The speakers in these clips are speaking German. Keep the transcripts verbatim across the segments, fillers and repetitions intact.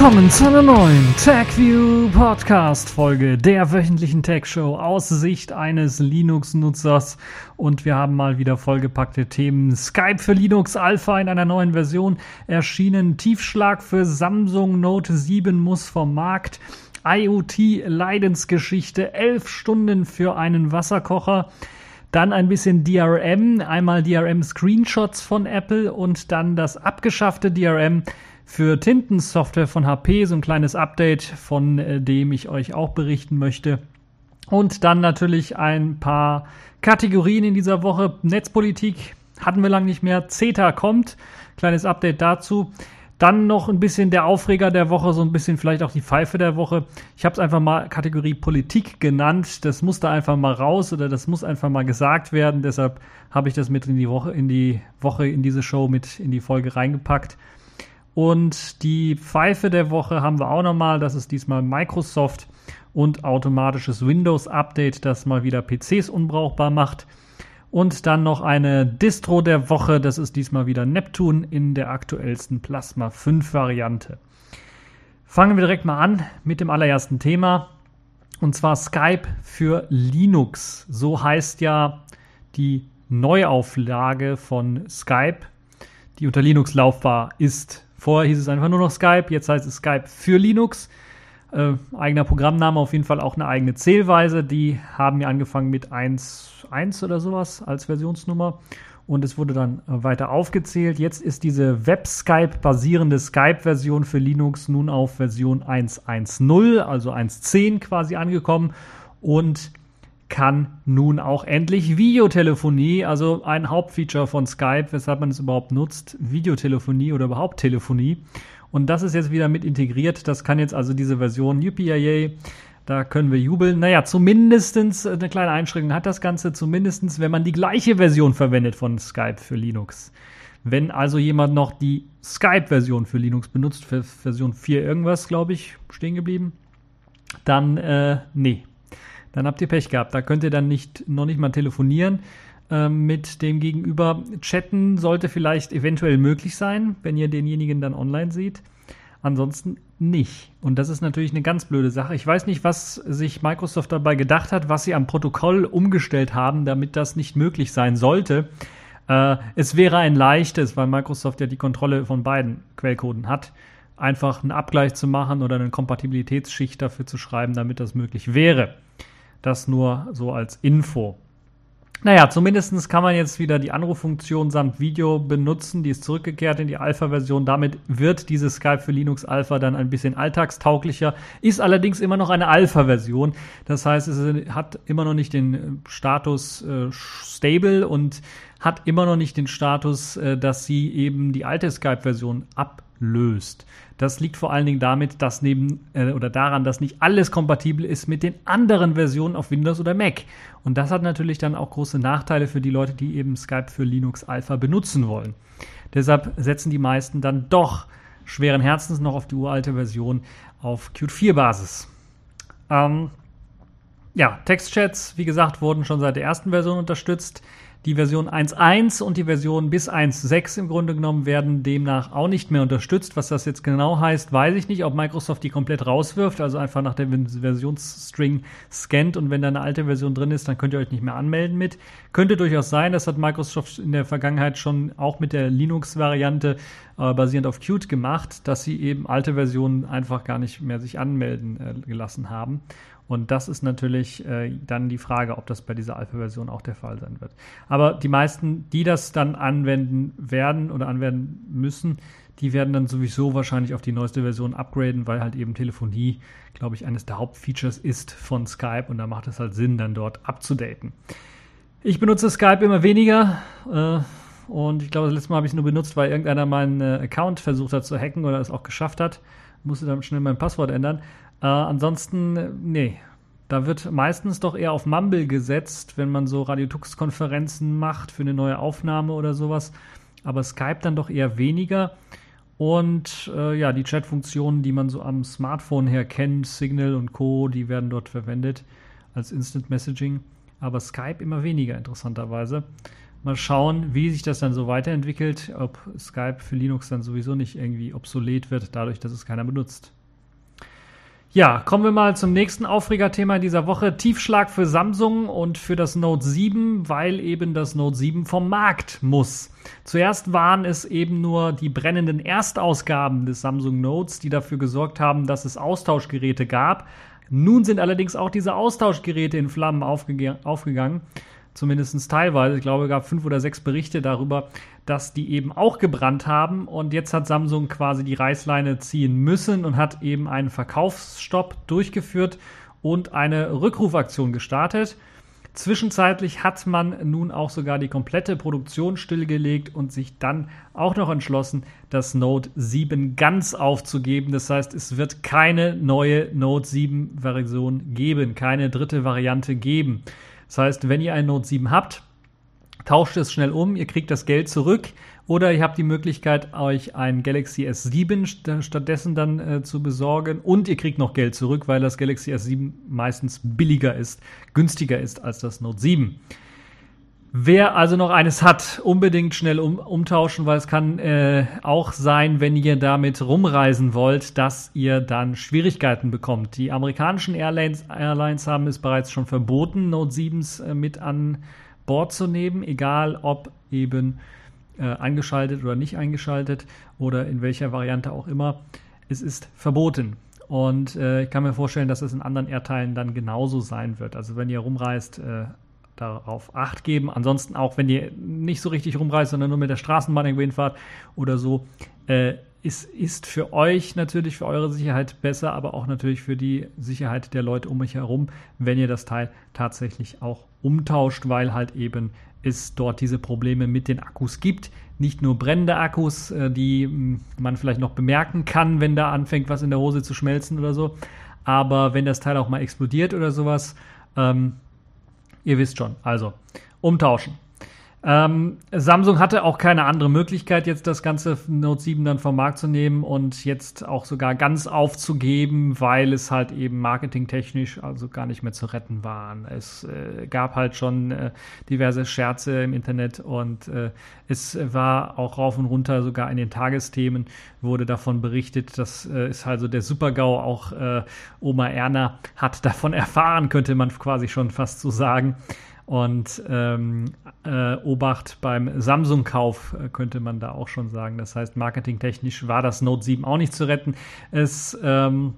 Willkommen zu einer neuen TechView Podcast Folge der wöchentlichen Tech Show aus Sicht eines Linux-Nutzers, und wir haben mal wieder vollgepackte Themen. Skype für Linux Alpha in einer neuen Version erschienen, Tiefschlag für Samsung Note sieben muss vom Markt, IoT-Leidensgeschichte, elf Stunden für einen Wasserkocher. Dann ein bisschen D R M, einmal D R M-Screenshots von Apple und dann das abgeschaffte D R M für Tintensoftware von H P, so ein kleines Update, von äh, dem ich euch auch berichten möchte. Und dann natürlich ein paar Kategorien in dieser Woche. Netzpolitik hatten wir lange nicht mehr. CETA kommt, kleines Update dazu. Dann noch ein bisschen der Aufreger der Woche, so ein bisschen vielleicht auch die Pfeife der Woche. Ich habe es einfach mal Kategorie Politik genannt. Das muss da einfach mal raus oder das muss einfach mal gesagt werden. Deshalb habe ich das mit in die Woche, in die Woche, in diese Show mit in die Folge reingepackt. Und die Pfeife der Woche haben wir auch nochmal. Das ist diesmal Microsoft und automatisches Windows-Update, das mal wieder P Cs unbrauchbar macht. Und dann noch eine Distro der Woche, das ist diesmal wieder Neptune in der aktuellsten Plasma fünf Variante. Fangen wir direkt mal an mit dem allerersten Thema, und zwar Skype für Linux. So heißt ja die Neuauflage von Skype, die unter Linux laufbar ist. Vorher hieß es einfach nur noch Skype, jetzt heißt es Skype für Linux. Äh, eigener Programmname, auf jeden Fall auch eine eigene Zählweise. Die haben ja angefangen mit eins Punkt eins oder sowas als Versionsnummer und es wurde dann weiter aufgezählt. Jetzt ist diese Web-Skype-basierende Skype-Version für Linux nun auf Version eins Punkt eins Punkt null, also eins Punkt zehn quasi angekommen und kann nun auch endlich Videotelefonie, also ein Hauptfeature von Skype, weshalb man es überhaupt nutzt, Videotelefonie oder überhaupt Telefonie. Und das ist jetzt wieder mit integriert. Das kann jetzt also diese Version, yippie yay, da können wir jubeln. Naja, zumindestens eine kleine Einschränkung hat das Ganze, zumindestens, wenn man die gleiche Version verwendet von Skype für Linux. Wenn also jemand noch die Skype-Version für Linux benutzt, für Version vier irgendwas, glaube ich, stehen geblieben, dann, äh, nee, dann habt ihr Pech gehabt. Da könnt ihr dann nicht, noch nicht mal telefonieren äh, mit dem Gegenüber. Chatten sollte vielleicht eventuell möglich sein, wenn ihr denjenigen dann online seht. Ansonsten nicht. Und das ist natürlich eine ganz blöde Sache. Ich weiß nicht, was sich Microsoft dabei gedacht hat, was sie am Protokoll umgestellt haben, damit das nicht möglich sein sollte. Äh, es wäre ein leichtes, weil Microsoft ja die Kontrolle von beiden Quellcoden hat, einfach einen Abgleich zu machen oder eine Kompatibilitätsschicht dafür zu schreiben, damit das möglich wäre. Das nur so als Info. Naja, zumindest kann man jetzt wieder die Anruffunktion samt Video benutzen. Die ist zurückgekehrt in die Alpha-Version. Damit wird diese Skype für Linux Alpha dann ein bisschen alltagstauglicher. Ist allerdings immer noch eine Alpha-Version. Das heißt, es hat immer noch nicht den Status äh, stable und hat immer noch nicht den Status, äh, dass sie eben die alte Skype-Version ablöst. Das liegt vor allen Dingen damit, dass neben äh, oder daran, dass nicht alles kompatibel ist mit den anderen Versionen auf Windows oder Mac. Und das hat natürlich dann auch große Nachteile für die Leute, die eben Skype für Linux Alpha benutzen wollen. Deshalb setzen die meisten dann doch schweren Herzens noch auf die uralte Version auf Qt vier Basis. Ähm, ja, Textchats, wie gesagt, wurden schon seit der ersten Version unterstützt. Die Version eins Punkt eins und die Version bis eins Punkt sechs im Grunde genommen werden demnach auch nicht mehr unterstützt. Was das jetzt genau heißt, weiß ich nicht. Ob Microsoft die komplett rauswirft, also einfach nach der Versionsstring scannt und wenn da eine alte Version drin ist, dann könnt ihr euch nicht mehr anmelden mit. Könnte durchaus sein, das hat Microsoft in der Vergangenheit schon auch mit der Linux-Variante äh, basierend auf Qt gemacht, dass sie eben alte Versionen einfach gar nicht mehr sich anmelden äh, gelassen haben. Und das ist natürlich äh, dann die Frage, ob das bei dieser Alpha-Version auch der Fall sein wird. Aber die meisten, die das dann anwenden werden oder anwenden müssen, die werden dann sowieso wahrscheinlich auf die neueste Version upgraden, weil halt eben Telefonie, glaube ich, eines der Hauptfeatures ist von Skype und da macht es halt Sinn, dann dort abzudaten. Ich benutze Skype immer weniger äh, und ich glaube, das letzte Mal habe ich es nur benutzt, weil irgendeiner meinen äh, Account versucht hat zu hacken oder es auch geschafft hat. Musste dann schnell mein Passwort ändern. Äh, ansonsten, nee, da wird meistens doch eher auf Mumble gesetzt, wenn man so Radiotux-Konferenzen macht für eine neue Aufnahme oder sowas. Aber Skype dann doch eher weniger. Und äh, ja, die Chat-Funktionen, die man so am Smartphone her kennt, Signal und Co., die werden dort verwendet als Instant Messaging. Aber Skype immer weniger, interessanterweise. Mal schauen, wie sich das dann so weiterentwickelt, ob Skype für Linux dann sowieso nicht irgendwie obsolet wird, dadurch, dass es keiner benutzt. Ja, kommen wir mal zum nächsten Aufregerthema dieser Woche. Tiefschlag für Samsung und für das Note sieben, weil eben das Note sieben vom Markt muss. Zuerst waren es eben nur die brennenden Erstausgaben des Samsung Notes, die dafür gesorgt haben, dass es Austauschgeräte gab. Nun sind allerdings auch diese Austauschgeräte in Flammen aufgege- aufgegangen. Zumindest teilweise. Ich glaube, es gab fünf oder sechs Berichte darüber, dass die eben auch gebrannt haben. Und jetzt hat Samsung quasi die Reißleine ziehen müssen und hat eben einen Verkaufsstopp durchgeführt und eine Rückrufaktion gestartet. Zwischenzeitlich hat man nun auch sogar die komplette Produktion stillgelegt und sich dann auch noch entschlossen, das Note sieben ganz aufzugeben. Das heißt, es wird keine neue Note sieben Version geben, keine dritte Variante geben. Das heißt, wenn ihr ein Note sieben habt, tauscht es schnell um, ihr kriegt das Geld zurück oder ihr habt die Möglichkeit, euch ein Galaxy S sieben st- stattdessen dann äh, zu besorgen und ihr kriegt noch Geld zurück, weil das Galaxy S sieben meistens billiger ist, günstiger ist als das Note sieben. Wer also noch eines hat, unbedingt schnell um, umtauschen, weil es kann äh, auch sein, wenn ihr damit rumreisen wollt, dass ihr dann Schwierigkeiten bekommt. Die amerikanischen Airlines, Airlines haben es bereits schon verboten, Note siebens äh, mit an Bord zu nehmen, egal ob eben äh, eingeschaltet oder nicht eingeschaltet oder in welcher Variante auch immer. Es ist verboten. Und äh, ich kann mir vorstellen, dass es in anderen Erdteilen dann genauso sein wird. Also wenn ihr rumreist, äh, darauf Acht geben. Ansonsten auch, wenn ihr nicht so richtig rumreist, sondern nur mit der Straßenbahn irgendwo hinfahrt oder so, äh, ist, ist für euch natürlich, für eure Sicherheit besser, aber auch natürlich für die Sicherheit der Leute um euch herum, wenn ihr das Teil tatsächlich auch umtauscht, weil halt eben es dort diese Probleme mit den Akkus gibt. Nicht nur brennende Akkus, äh, die mh, man vielleicht noch bemerken kann, wenn da anfängt, was in der Hose zu schmelzen oder so, aber wenn das Teil auch mal explodiert oder sowas, ähm, ihr wisst schon, also umtauschen. Ähm, Samsung hatte auch keine andere Möglichkeit, jetzt das ganze Note sieben dann vom Markt zu nehmen und jetzt auch sogar ganz aufzugeben, weil es halt eben marketingtechnisch also gar nicht mehr zu retten war. Es äh, gab halt schon äh, diverse Scherze im Internet und äh, es war auch rauf und runter, sogar in den Tagesthemen wurde davon berichtet, dass äh, es also der Super-GAU, auch äh, Oma Erna hat davon erfahren, könnte man quasi schon fast so sagen. Und ähm, äh, Obacht beim Samsung-Kauf äh, könnte man da auch schon sagen. Das heißt, marketingtechnisch war das Note sieben auch nicht zu retten. Es, ähm,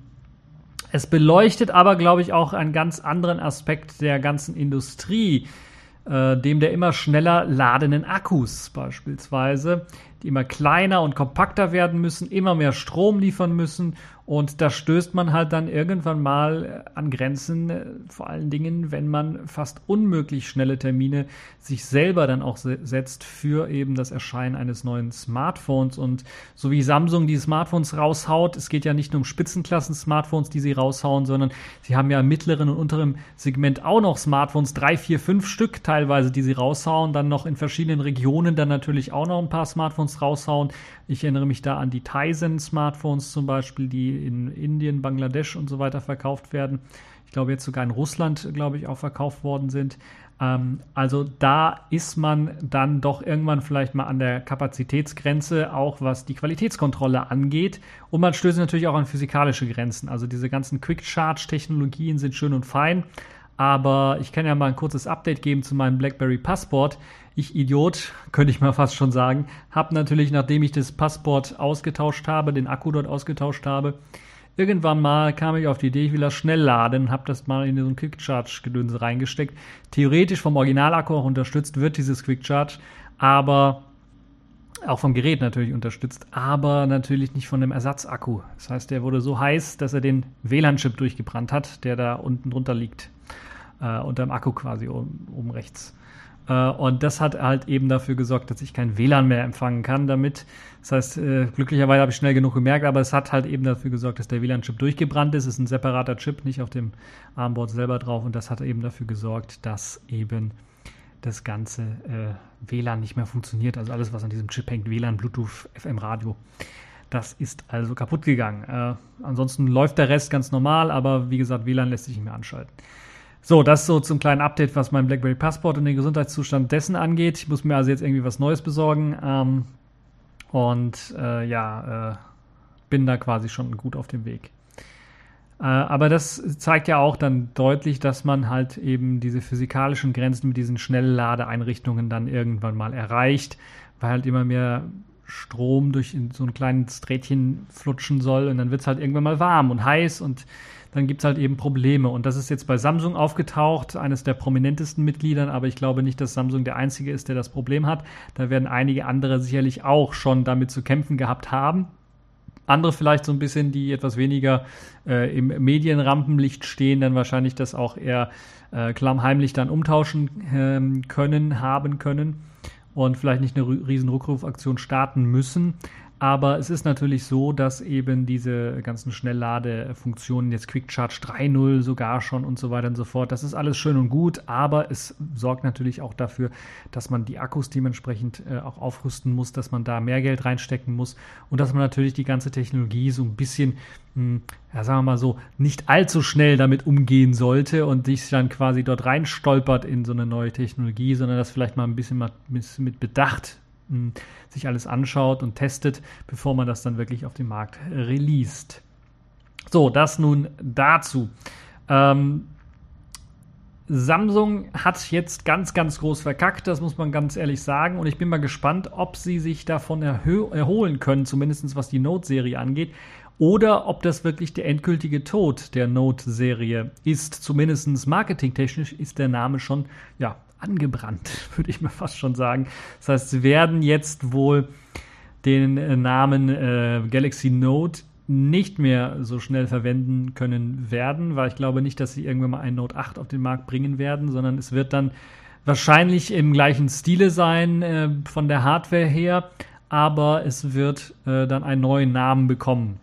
es beleuchtet aber, glaube ich, auch einen ganz anderen Aspekt der ganzen Industrie, äh, dem der immer schneller ladenden Akkus beispielsweise, die immer kleiner und kompakter werden müssen, immer mehr Strom liefern müssen. Und da stößt man halt dann irgendwann mal an Grenzen, vor allen Dingen, wenn man fast unmöglich schnelle Termine sich selber dann auch setzt für eben das Erscheinen eines neuen Smartphones. Und so wie Samsung die Smartphones raushaut, es geht ja nicht nur um Spitzenklassen-Smartphones, die sie raushauen, sondern sie haben ja im mittleren und unteren Segment auch noch Smartphones, drei, vier, fünf Stück teilweise, die sie raushauen, dann noch in verschiedenen Regionen dann natürlich auch noch ein paar Smartphones raushauen. Ich erinnere mich da an die Tizen-Smartphones zum Beispiel, die in Indien, Bangladesch und so weiter verkauft werden. Ich glaube jetzt sogar in Russland, glaube ich, auch verkauft worden sind. Ähm, also da ist man dann doch irgendwann vielleicht mal an der Kapazitätsgrenze, auch was die Qualitätskontrolle angeht. Und man stößt natürlich auch an physikalische Grenzen. Also diese ganzen Quick-Charge-Technologien sind schön und fein. Aber ich kann ja mal ein kurzes Update geben zu meinem BlackBerry Passport. Ich Idiot, könnte ich mal fast schon sagen, habe natürlich, nachdem ich das Passport ausgetauscht habe, den Akku dort ausgetauscht habe, irgendwann mal kam ich auf die Idee, ich will das schnell laden, habe das mal in so ein Quick-Charge-Gedönse reingesteckt. Theoretisch vom Originalakku auch unterstützt wird dieses Quick-Charge, aber auch vom Gerät natürlich unterstützt, aber natürlich nicht von dem Ersatzakku. Das heißt, der wurde so heiß, dass er den W L A N-Chip durchgebrannt hat, der da unten drunter liegt, äh, unter dem Akku quasi oben, oben rechts. Und das hat halt eben dafür gesorgt, dass ich kein W L A N mehr empfangen kann damit. Das heißt, äh, glücklicherweise habe ich schnell genug gemerkt, aber es hat halt eben dafür gesorgt, dass der W L A N-Chip durchgebrannt ist. Es ist ein separater Chip, nicht auf dem Armboard selber drauf. Und das hat eben dafür gesorgt, dass eben das ganze äh, W L A N nicht mehr funktioniert. Also alles, was an diesem Chip hängt, W L A N, Bluetooth, F M Radio, das ist also kaputt gegangen. Äh, ansonsten läuft der Rest ganz normal, aber wie gesagt, W L A N lässt sich nicht mehr anschalten. So, das so zum kleinen Update, was mein BlackBerry Passport und den Gesundheitszustand dessen angeht. Ich muss mir also jetzt irgendwie was Neues besorgen ähm, und äh, ja, äh, bin da quasi schon gut auf dem Weg. Äh, aber das zeigt ja auch dann deutlich, dass man halt eben diese physikalischen Grenzen mit diesen Schnellladeeinrichtungen dann irgendwann mal erreicht, weil halt immer mehr Strom durch so ein kleines Drähtchen flutschen soll und dann wird es halt irgendwann mal warm und heiß und dann gibt es halt eben Probleme. Und das ist jetzt bei Samsung aufgetaucht, eines der prominentesten Mitgliedern, aber ich glaube nicht, dass Samsung der Einzige ist, der das Problem hat. Da werden einige andere sicherlich auch schon damit zu kämpfen gehabt haben. Andere vielleicht so ein bisschen, die etwas weniger äh, im Medienrampenlicht stehen, dann wahrscheinlich das auch eher äh, klammheimlich dann umtauschen äh, können, haben können und vielleicht nicht eine riesen Rückrufaktion starten müssen. Aber es ist natürlich so, dass eben diese ganzen Schnellladefunktionen, jetzt Quick Charge drei Punkt null sogar schon und so weiter und so fort, das ist alles schön und gut, aber es sorgt natürlich auch dafür, dass man die Akkus dementsprechend äh, auch aufrüsten muss, dass man da mehr Geld reinstecken muss und dass man natürlich die ganze Technologie so ein bisschen, mh, ja sagen wir mal so, nicht allzu schnell damit umgehen sollte und sich dann quasi dort reinstolpert in so eine neue Technologie, sondern das vielleicht mal ein bisschen mal mit Bedacht sich alles anschaut und testet, bevor man das dann wirklich auf den Markt released. So, das nun dazu. Ähm, Samsung hat jetzt ganz, ganz groß verkackt, das muss man ganz ehrlich sagen. Und ich bin mal gespannt, ob sie sich davon erhö- erholen können, zumindest was die Note-Serie angeht. Oder ob das wirklich der endgültige Tod der Note-Serie ist. Zumindest marketingtechnisch ist der Name schon, ja, angebrannt, würde ich mal fast schon sagen. Das heißt, sie werden jetzt wohl den äh, Namen äh, Galaxy Note nicht mehr so schnell verwenden können werden, weil ich glaube nicht, dass sie irgendwann mal ein Note acht auf den Markt bringen werden, sondern es wird dann wahrscheinlich im gleichen Stile sein äh, von der Hardware her, aber es wird äh, dann einen neuen Namen bekommen.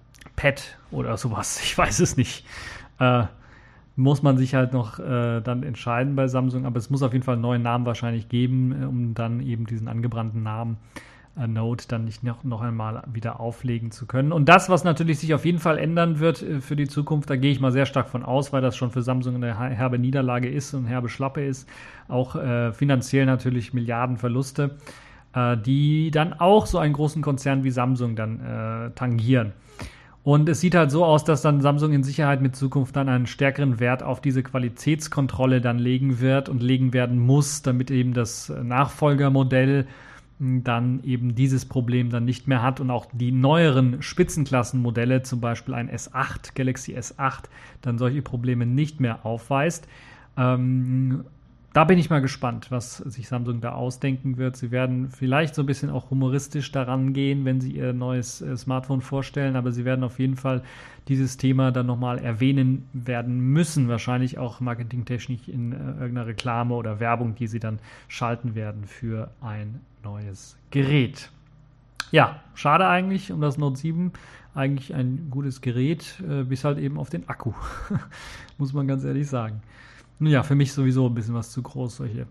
Pad oder sowas, ich weiß es nicht. Äh, muss man sich halt noch äh, dann entscheiden bei Samsung, aber es muss auf jeden Fall einen neuen Namen wahrscheinlich geben, um dann eben diesen angebrannten Namen äh, Note dann nicht noch, noch einmal wieder auflegen zu können. Und das, was natürlich sich auf jeden Fall ändern wird äh, für die Zukunft, da gehe ich mal sehr stark von aus, weil das schon für Samsung eine herbe Niederlage ist und herbe Schlappe ist, auch äh, finanziell natürlich Milliardenverluste, äh, die dann auch so einen großen Konzern wie Samsung dann äh, tangieren. Und es sieht halt so aus, dass dann Samsung in Sicherheit mit Zukunft dann einen stärkeren Wert auf diese Qualitätskontrolle dann legen wird und legen werden muss, damit eben das Nachfolgermodell dann eben dieses Problem dann nicht mehr hat und auch die neueren Spitzenklassenmodelle, zum Beispiel ein S acht, Galaxy S acht, dann solche Probleme nicht mehr aufweist. Ähm, Da bin ich mal gespannt, was sich Samsung da ausdenken wird. Sie werden vielleicht so ein bisschen auch humoristisch daran gehen, wenn sie ihr neues äh, Smartphone vorstellen, aber sie werden auf jeden Fall dieses Thema dann nochmal erwähnen werden müssen, wahrscheinlich auch marketingtechnisch in äh, irgendeiner Reklame oder Werbung, die sie dann schalten werden für ein neues Gerät. Ja, schade eigentlich um das Note sieben. Eigentlich ein gutes Gerät, äh, bis halt eben auf den Akku, muss man ganz ehrlich sagen. Ja, für mich sowieso ein bisschen was zu groß, solche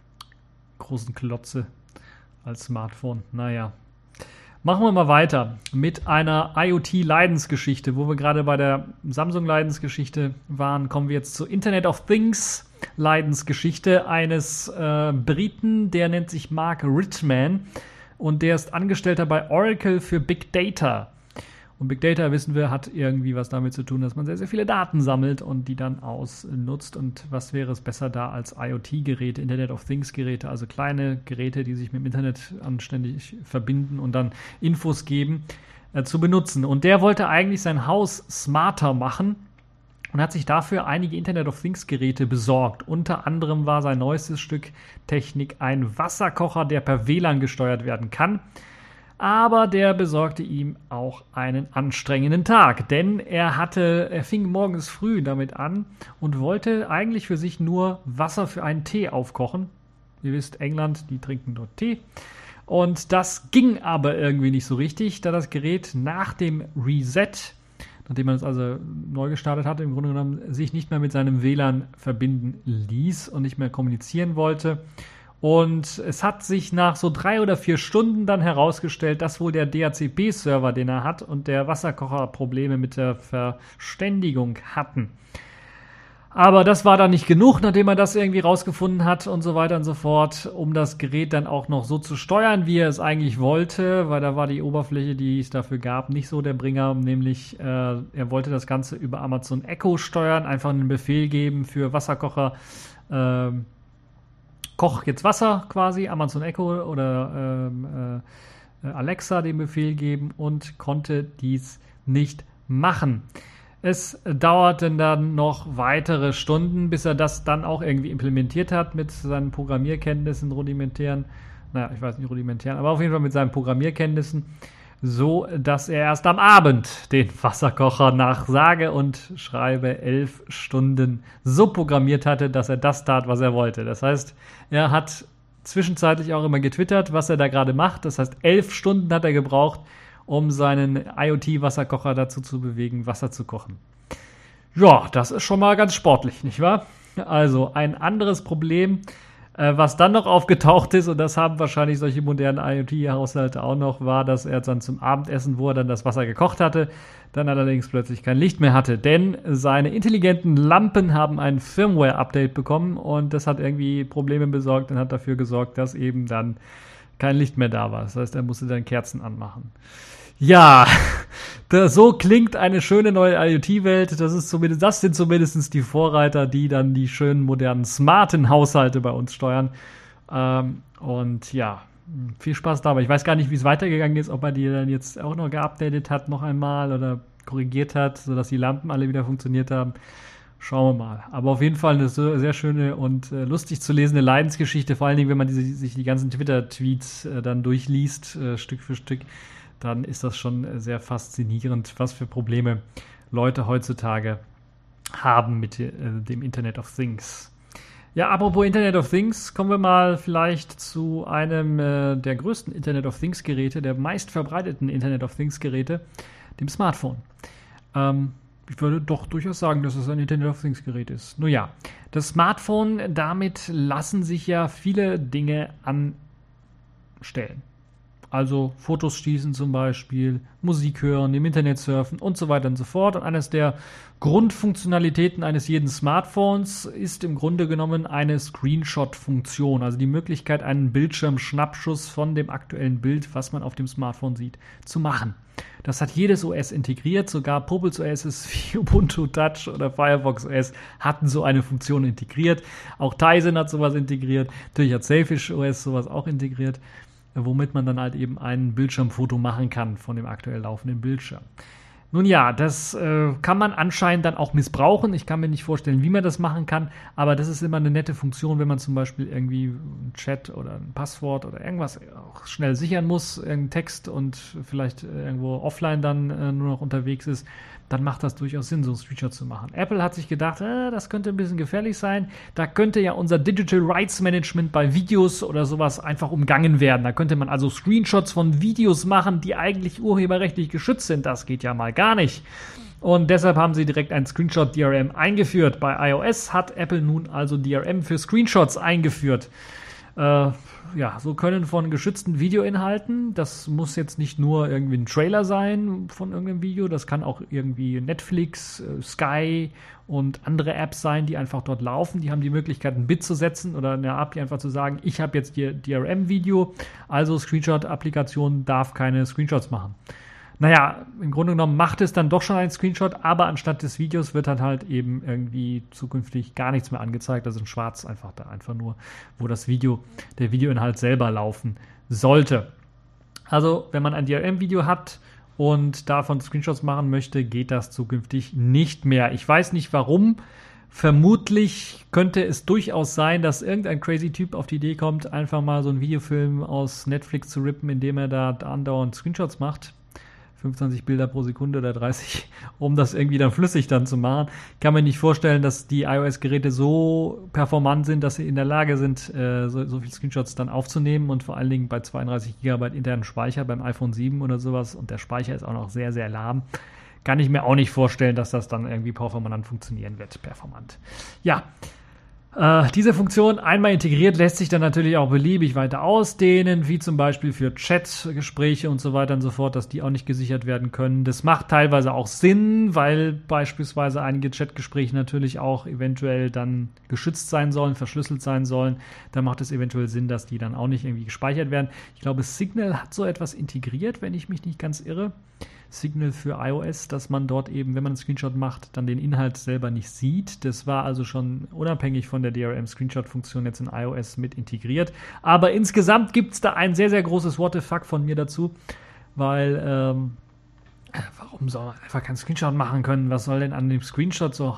großen Klotze als Smartphone. Naja. Machen wir mal weiter mit einer IoT-Leidensgeschichte. Wo wir gerade bei der Samsung-Leidensgeschichte waren, kommen wir jetzt zur Internet of Things-Leidensgeschichte eines äh, Briten, der nennt sich Mark Ritman und der ist Angestellter bei Oracle für Big Data. Und Big Data, wissen wir, hat irgendwie was damit zu tun, dass man sehr, sehr viele Daten sammelt und die dann ausnutzt. Und was wäre es besser da als IoT-Geräte, Internet of Things-Geräte, also kleine Geräte, die sich mit dem Internet anständig verbinden und dann Infos geben, äh, zu benutzen. Und der wollte eigentlich sein Haus smarter machen und hat sich dafür einige Internet of Things-Geräte besorgt. Unter anderem war sein neuestes Stück Technik ein Wasserkocher, der per W L A N gesteuert werden kann. Aber der besorgte ihm auch einen anstrengenden Tag, denn er hatte, er fing morgens früh damit an und wollte eigentlich für sich nur Wasser für einen Tee aufkochen. Ihr wisst, England, die trinken dort Tee. Und das ging aber irgendwie nicht so richtig, da das Gerät nach dem Reset, nachdem man es also neu gestartet hatte, im Grunde genommen sich nicht mehr mit seinem W L A N verbinden ließ und nicht mehr kommunizieren wollte. Und es hat sich nach so drei oder vier Stunden dann herausgestellt, dass wohl der D H C P-Server, den er hat, und der Wasserkocher Probleme mit der Verständigung hatten. Aber das war dann nicht genug, nachdem er das irgendwie rausgefunden hat und so weiter und so fort, um das Gerät dann auch noch so zu steuern, wie er es eigentlich wollte, weil da war die Oberfläche, die es dafür gab, nicht so der Bringer, nämlich äh, er wollte das Ganze über Amazon Echo steuern, einfach einen Befehl geben für Wasserkocher, äh, koch jetzt Wasser quasi, Amazon Echo oder ähm, äh, Alexa den Befehl geben und konnte dies nicht machen. Es dauerte dann noch weitere Stunden, bis er das dann auch irgendwie implementiert hat mit seinen Programmierkenntnissen, rudimentären, naja, ich weiß nicht rudimentären, aber auf jeden Fall mit seinen Programmierkenntnissen, so dass er erst am Abend den Wasserkocher nach sage und schreibe elf Stunden so programmiert hatte, dass er das tat, was er wollte. Das heißt, er hat zwischenzeitlich auch immer getwittert, was er da gerade macht. Das heißt, elf Stunden hat er gebraucht, um seinen IoT-Wasserkocher dazu zu bewegen, Wasser zu kochen. Ja, das ist schon mal ganz sportlich, nicht wahr? Also ein anderes Problem, äh, was dann noch aufgetaucht ist, und das haben wahrscheinlich solche modernen IoT-Haushalte auch noch, war, dass er dann zum Abendessen, wo er dann das Wasser gekocht hatte, dann allerdings plötzlich kein Licht mehr hatte, denn seine intelligenten Lampen haben ein Firmware-Update bekommen und das hat irgendwie Probleme besorgt und hat dafür gesorgt, dass eben dann kein Licht mehr da war. Das heißt, er musste dann Kerzen anmachen. Ja, das, so klingt eine schöne neue IoT-Welt. Das ist zumindest, das sind zumindest die Vorreiter, die dann die schönen, modernen, smarten Haushalte bei uns steuern. Ähm, und ja, viel Spaß dabei. Ich weiß gar nicht, wie es weitergegangen ist, ob er die dann jetzt auch noch geupdatet hat, noch einmal oder korrigiert hat, sodass die Lampen alle wieder funktioniert haben. Schauen wir mal. Aber auf jeden Fall eine sehr schöne und äh, lustig zu lesende Leidensgeschichte, vor allen Dingen, wenn man diese, sich die ganzen Twitter-Tweets äh, dann durchliest, äh, Stück für Stück, dann ist das schon äh, sehr faszinierend, was für Probleme Leute heutzutage haben mit äh, dem Internet of Things. Ja, apropos Internet of Things, kommen wir mal vielleicht zu einem äh, der größten Internet of Things Geräte, der meist verbreiteten Internet of Things Geräte, dem Smartphone. Ähm, Ich würde doch durchaus sagen, dass es ein Internet of Things Gerät ist. Nun ja, das Smartphone, damit lassen sich ja viele Dinge anstellen. Also Fotos schießen zum Beispiel, Musik hören, im Internet surfen und so weiter und so fort. Und eines der Grundfunktionalitäten eines jeden Smartphones ist im Grunde genommen eine Screenshot-Funktion, also die Möglichkeit, einen Bildschirmschnappschuss von dem aktuellen Bild, was man auf dem Smartphone sieht, zu machen. Das hat jedes O S integriert, sogar Populous O S wie Ubuntu Touch oder Firefox O S hatten so eine Funktion integriert. Auch Tizen hat sowas integriert, natürlich hat Selfish O S sowas auch integriert, womit man dann halt eben ein Bildschirmfoto machen kann von dem aktuell laufenden Bildschirm. Nun ja, das äh, kann man anscheinend dann auch missbrauchen. Ich kann mir nicht vorstellen, wie man das machen kann, aber das ist immer eine nette Funktion, wenn man zum Beispiel irgendwie einen Chat oder ein Passwort oder irgendwas auch schnell sichern muss, irgendeinen Text und vielleicht irgendwo offline dann äh, nur noch unterwegs ist, dann macht das durchaus Sinn, so ein Screenshot zu machen. Apple hat sich gedacht, äh, das könnte ein bisschen gefährlich sein. Da könnte ja unser Digital Rights Management bei Videos oder sowas einfach umgangen werden. Da könnte man also Screenshots von Videos machen, die eigentlich urheberrechtlich geschützt sind. Das geht ja mal gar nicht. Und deshalb haben sie direkt ein Screenshot-D R M eingeführt. Bei iOS hat Apple nun also D R M für Screenshots eingeführt. Äh, ja, so können von geschützten Videoinhalten, das muss jetzt nicht nur irgendwie ein Trailer sein von irgendeinem Video, das kann auch irgendwie Netflix, äh, Sky und andere Apps sein, die einfach dort laufen. Die haben die Möglichkeit, ein Bit zu setzen oder eine A P I einfach zu sagen, ich habe jetzt hier D R M-Video, also Screenshot-Applikation darf keine Screenshots machen. Naja, im Grunde genommen macht es dann doch schon einen Screenshot, aber anstatt des Videos wird dann halt eben irgendwie zukünftig gar nichts mehr angezeigt, also in schwarz einfach da, einfach nur, wo das Video, der Videoinhalt selber laufen sollte. Also, wenn man ein D R M-Video hat und davon Screenshots machen möchte, geht das zukünftig nicht mehr. Ich weiß nicht warum. Vermutlich könnte es durchaus sein, dass irgendein crazy Typ auf die Idee kommt, einfach mal so einen Videofilm aus Netflix zu rippen, indem er da andauernd Screenshots macht. fünfundzwanzig Bilder pro Sekunde oder dreißig, um das irgendwie dann flüssig dann zu machen. Ich kann mir nicht vorstellen, dass die iOS-Geräte so performant sind, dass sie in der Lage sind, äh, so, so viele Screenshots dann aufzunehmen und vor allen Dingen bei zweiunddreißig Gigabyte internen Speicher beim iPhone sieben oder sowas und der Speicher ist auch noch sehr, sehr lahm. Kann ich mir auch nicht vorstellen, dass das dann irgendwie performant funktionieren wird. Performant. Ja, Äh, diese Funktion einmal integriert lässt sich dann natürlich auch beliebig weiter ausdehnen, wie zum Beispiel für Chatgespräche und so weiter und so fort, dass die auch nicht gesichert werden können. Das macht teilweise auch Sinn, weil beispielsweise einige Chatgespräche natürlich auch eventuell dann geschützt sein sollen, verschlüsselt sein sollen. Da macht es eventuell Sinn, dass die dann auch nicht irgendwie gespeichert werden. Ich glaube, Signal hat so etwas integriert, wenn ich mich nicht ganz irre. Signal für iOS, dass man dort eben, wenn man einen Screenshot macht, dann den Inhalt selber nicht sieht. Das war also schon unabhängig von der D R M-Screenshot-Funktion jetzt in iOS mit integriert. Aber insgesamt gibt es da ein sehr, sehr großes What the fuck von mir dazu, weil ähm, warum soll man einfach keinen Screenshot machen können? Was soll denn an dem Screenshot so...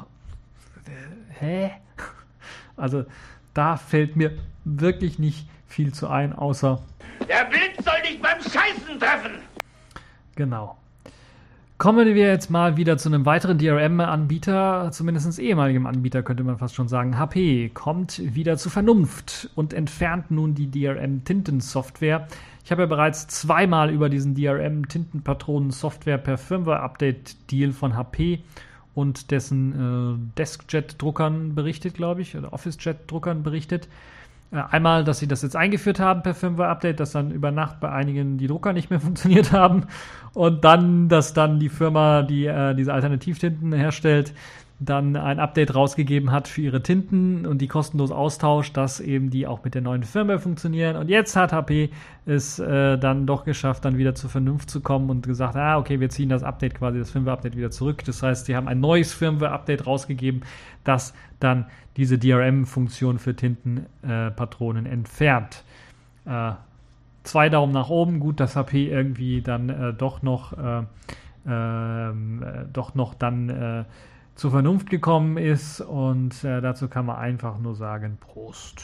Hä? Also da fällt mir wirklich nicht viel zu ein, außer... Der Blitz soll dich beim Scheißen treffen! Genau. Kommen wir jetzt mal wieder zu einem weiteren D R M-Anbieter, zumindest ehemaligem Anbieter, könnte man fast schon sagen. H P kommt wieder zur Vernunft und entfernt nun die D R M-Tintensoftware. Ich habe ja bereits zweimal über diesen D R M-Tintenpatronen-Software per Firmware-Update-Deal von H P und dessen äh, Deskjet-Druckern berichtet, glaube ich, oder Office-Jet-Druckern berichtet. Einmal, dass sie das jetzt eingeführt haben per Firmware-Update, dass dann über Nacht bei einigen die Drucker nicht mehr funktioniert haben und dann, dass dann die Firma, die äh, diese Alternativtinten herstellt, dann ein Update rausgegeben hat für ihre Tinten und die kostenlos austauscht, dass eben die auch mit der neuen Firmware funktionieren. Und jetzt hat H P es äh, dann doch geschafft, dann wieder zur Vernunft zu kommen und gesagt, ah, okay, wir ziehen das Update quasi, das Firmware-Update wieder zurück. Das heißt, die haben ein neues Firmware-Update rausgegeben, das dann diese D R M-Funktion für Tintenpatronen äh, entfernt. Äh, zwei Daumen nach oben, gut, dass H P irgendwie dann äh, doch noch äh, äh, doch noch dann äh, zur Vernunft gekommen ist und äh, dazu kann man einfach nur sagen, Prost.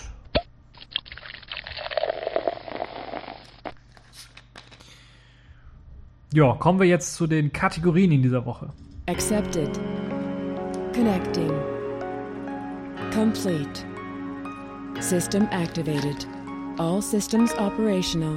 Ja, kommen wir jetzt zu den Kategorien in dieser Woche. Accepted. Connecting. Complete. System activated. All systems operational.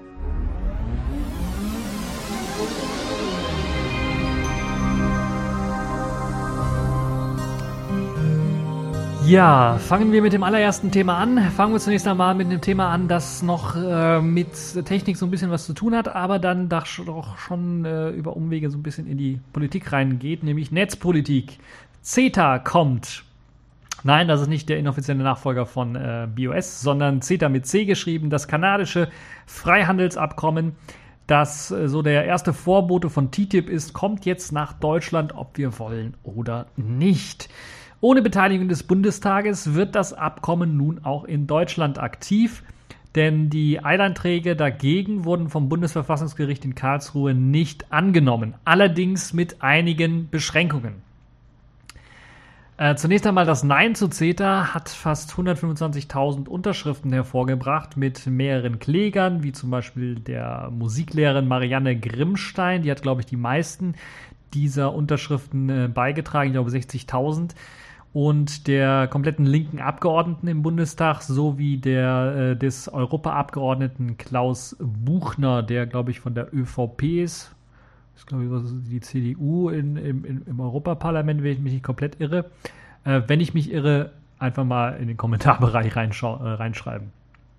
Ja, fangen wir mit dem allerersten Thema an. Fangen wir zunächst einmal mit einem Thema an, das noch äh, mit Technik so ein bisschen was zu tun hat, aber dann doch schon äh, über Umwege so ein bisschen in die Politik reingeht, nämlich Netzpolitik. CETA kommt. Nein, das ist nicht der inoffizielle Nachfolger von äh, B O S, sondern CETA mit C geschrieben, das kanadische Freihandelsabkommen, das äh, so der erste Vorbote von T T I P ist, kommt jetzt nach Deutschland, ob wir wollen oder nicht. Ohne Beteiligung des Bundestages wird das Abkommen nun auch in Deutschland aktiv, denn die Eilanträge dagegen wurden vom Bundesverfassungsgericht in Karlsruhe nicht angenommen, allerdings mit einigen Beschränkungen. Äh, zunächst einmal das Nein zu CETA hat fast hundertfünfundzwanzigtausend Unterschriften hervorgebracht mit mehreren Klägern, wie zum Beispiel der Musiklehrerin Marianne Grimmstein, die hat, glaube ich, die meisten dieser Unterschriften äh, beigetragen, ich glaube sechzigtausend. Und der kompletten linken Abgeordneten im Bundestag sowie der äh, des Europaabgeordneten Klaus Buchner, der, glaube ich, von der ÖVP ist. Das ist, glaube ich, die C D U in, im, im Europaparlament, wenn ich mich nicht komplett irre. Äh, wenn ich mich irre, einfach mal in den Kommentarbereich reinschau- äh, reinschreiben.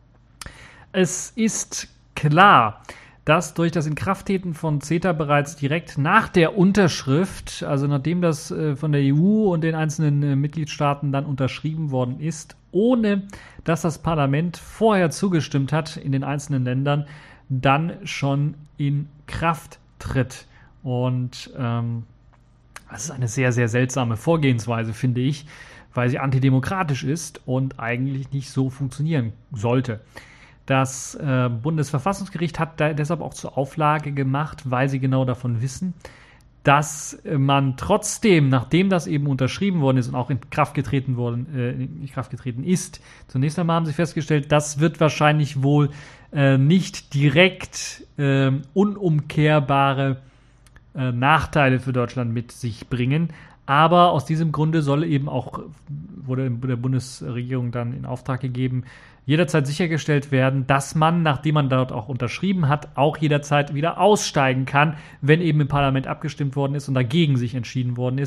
Es ist klar, dass durch das Inkrafttreten von CETA bereits direkt nach der Unterschrift, also nachdem das äh, von der E U und den einzelnen äh, Mitgliedstaaten dann unterschrieben worden ist, ohne dass das Parlament vorher zugestimmt hat in den einzelnen Ländern, dann schon in Kraft tritt. Und ähm, das ist eine sehr, sehr seltsame Vorgehensweise, finde ich, weil sie antidemokratisch ist und eigentlich nicht so funktionieren sollte. Das äh, Bundesverfassungsgericht hat da deshalb auch zur Auflage gemacht, weil sie genau davon wissen, dass äh, man trotzdem, nachdem das eben unterschrieben worden ist und auch in Kraft getreten worden, äh, in Kraft getreten ist, zunächst einmal haben sie festgestellt, das wird wahrscheinlich wohl äh, nicht direkt äh, unumkehrbare äh, Nachteile für Deutschland mit sich bringen. Aber aus diesem Grunde soll eben auch, wurde der Bundesregierung dann in Auftrag gegeben, jederzeit sichergestellt werden, dass man, nachdem man dort auch unterschrieben hat, auch jederzeit wieder aussteigen kann, wenn eben im Parlament abgestimmt worden ist und dagegen sich entschieden worden ist.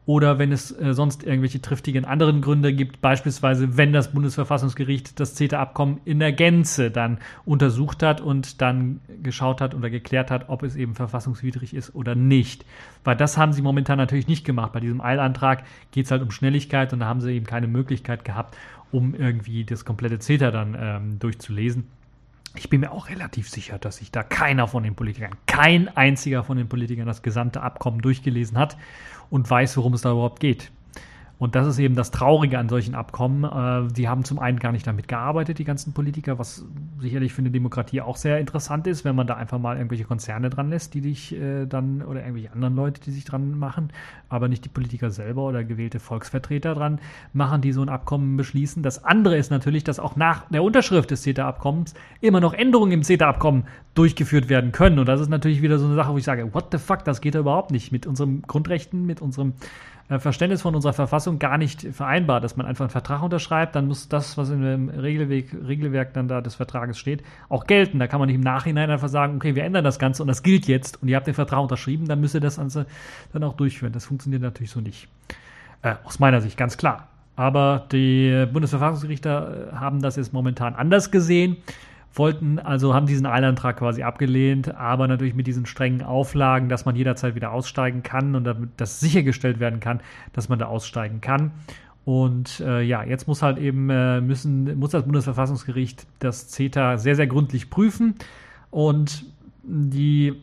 oder wenn es äh, sonst irgendwelche triftigen anderen Gründe gibt, beispielsweise wenn das Bundesverfassungsgericht das CETA-Abkommen in der Gänze dann untersucht hat und dann geschaut hat oder geklärt hat, ob es eben verfassungswidrig ist oder nicht. Weil das haben sie momentan natürlich nicht gemacht. Bei diesem Eilantrag geht es halt um Schnelligkeit und da haben sie eben keine Möglichkeit gehabt, um irgendwie das komplette CETA dann ähm, durchzulesen. Ich bin mir auch relativ sicher, dass sich da keiner von den Politikern, kein einziger von den Politikern das gesamte Abkommen durchgelesen hat und weiß, worum es da überhaupt geht. Und das ist eben das Traurige an solchen Abkommen. Äh, die haben zum einen gar nicht damit gearbeitet, die ganzen Politiker, was sicherlich für eine Demokratie auch sehr interessant ist, wenn man da einfach mal irgendwelche Konzerne dran lässt, die dich äh, dann, oder irgendwelche anderen Leute, die sich dran machen, aber nicht die Politiker selber oder gewählte Volksvertreter dran machen, die so ein Abkommen beschließen. Das andere ist natürlich, dass auch nach der Unterschrift des CETA-Abkommens immer noch Änderungen im CETA-Abkommen durchgeführt werden können. Und das ist natürlich wieder so eine Sache, wo ich sage, what the fuck, das geht ja überhaupt nicht mit unseren Grundrechten, mit unserem Verständnis von unserer Verfassung gar nicht vereinbar, dass man einfach einen Vertrag unterschreibt, dann muss das, was in dem Regelweg, Regelwerk dann da des Vertrages steht, auch gelten. Da kann man nicht im Nachhinein einfach sagen, okay, wir ändern das Ganze und das gilt jetzt und ihr habt den Vertrag unterschrieben, dann müsst ihr das Ganze dann auch durchführen. Das funktioniert natürlich so nicht. Äh, aus meiner Sicht, ganz klar. Aber die Bundesverfassungsgerichte haben das jetzt momentan anders gesehen, wollten, also haben diesen Eilantrag quasi abgelehnt, aber natürlich mit diesen strengen Auflagen, dass man jederzeit wieder aussteigen kann und damit das sichergestellt werden kann, dass man da aussteigen kann. Und äh, ja, jetzt muss halt eben, äh, müssen, muss das Bundesverfassungsgericht das CETA sehr, sehr gründlich prüfen und die,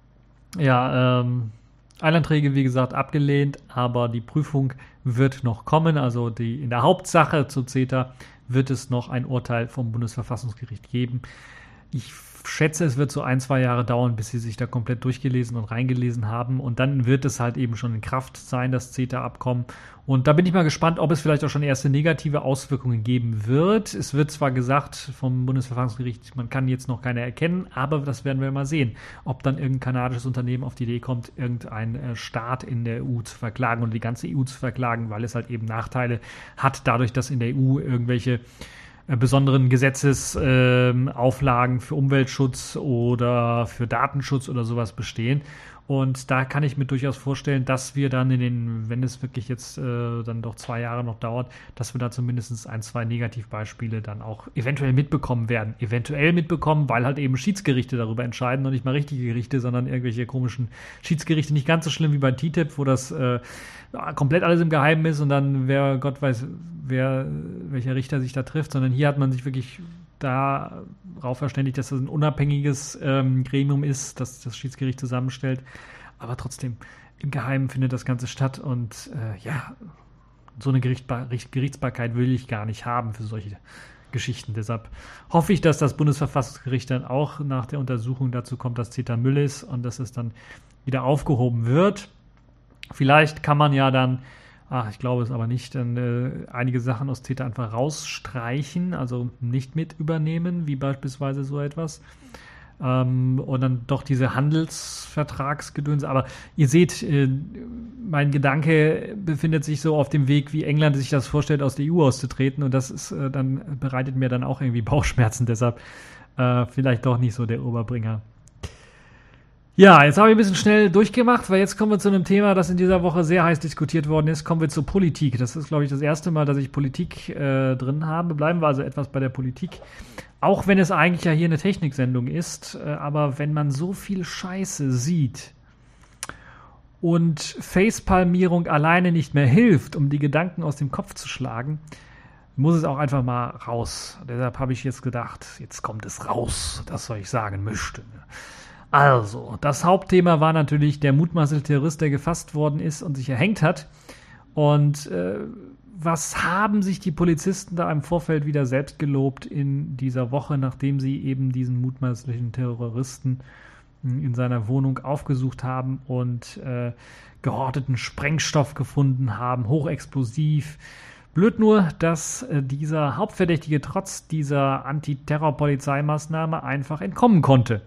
ja, ähm, Eilanträge, wie gesagt, abgelehnt, aber die Prüfung wird noch kommen, also die in der Hauptsache zu CETA wird es noch ein Urteil vom Bundesverfassungsgericht geben. Ich schätze, es wird so ein, zwei Jahre dauern, bis sie sich da komplett durchgelesen und reingelesen haben. Und dann wird es halt eben schon in Kraft sein, das CETA-Abkommen. Und da bin ich mal gespannt, ob es vielleicht auch schon erste negative Auswirkungen geben wird. Es wird zwar gesagt vom Bundesverfassungsgericht, man kann jetzt noch keine erkennen, aber das werden wir mal sehen, ob dann irgendein kanadisches Unternehmen auf die Idee kommt, irgendein Staat in der E U zu verklagen und die ganze E U zu verklagen, weil es halt eben Nachteile hat, dadurch, dass in der E U irgendwelche besonderen Gesetzesauflagen äh, für Umweltschutz oder für Datenschutz oder sowas bestehen. Und da kann ich mir durchaus vorstellen, dass wir dann in den, wenn es wirklich jetzt äh, dann doch zwei Jahre noch dauert, dass wir da zumindest ein, zwei Negativbeispiele dann auch eventuell mitbekommen werden. Eventuell mitbekommen, weil halt eben Schiedsgerichte darüber entscheiden und nicht mal richtige Gerichte, sondern irgendwelche komischen Schiedsgerichte. Nicht ganz so schlimm wie bei T T I P, wo das äh, komplett alles im Geheimen ist und dann wer Gott weiß, wer welcher Richter sich da trifft, sondern hier hat man sich wirklich darauf verständigt, dass das ein unabhängiges ähm, Gremium ist, das das Schiedsgericht zusammenstellt. Aber trotzdem, im Geheimen findet das Ganze statt und äh, ja, so eine Gerichtbar- Gerichtsbarkeit will ich gar nicht haben für solche Geschichten. Deshalb hoffe ich, dass das Bundesverfassungsgericht dann auch nach der Untersuchung dazu kommt, dass CETA Müll ist und dass es dann wieder aufgehoben wird. Vielleicht kann man ja dann, ach, ich glaube es aber nicht, dann äh, einige Sachen aus CETA einfach rausstreichen, also nicht mit übernehmen, wie beispielsweise so etwas. Ähm, und dann doch diese Handelsvertragsgedöns. Aber ihr seht, äh, mein Gedanke befindet sich so auf dem Weg, wie England sich das vorstellt, aus der E U auszutreten. Und das ist äh, dann bereitet mir dann auch irgendwie Bauchschmerzen. Deshalb äh, vielleicht doch nicht so der Oberbringer. Ja, jetzt habe ich ein bisschen schnell durchgemacht, weil jetzt kommen wir zu einem Thema, das in dieser Woche sehr heiß diskutiert worden ist. Kommen wir zur Politik. Das ist, glaube ich, das erste Mal, dass ich Politik äh, drin habe. Bleiben wir also etwas bei der Politik. Auch wenn es eigentlich ja hier eine Techniksendung ist. Äh, aber wenn man so viel Scheiße sieht und Facepalmierung alleine nicht mehr hilft, um die Gedanken aus dem Kopf zu schlagen, muss es auch einfach mal raus. Deshalb habe ich jetzt gedacht, jetzt kommt es raus, das, was ich sagen möchte. Also, das Hauptthema war natürlich der mutmaßliche Terrorist, der gefasst worden ist und sich erhängt hat. Und äh, was haben sich die Polizisten da im Vorfeld wieder selbst gelobt in dieser Woche, nachdem sie eben diesen mutmaßlichen Terroristen in seiner Wohnung aufgesucht haben und äh, gehorteten Sprengstoff gefunden haben, hochexplosiv. Blöd nur, dass äh, dieser Hauptverdächtige trotz dieser Antiterror-Polizeimaßnahme einfach entkommen konnte.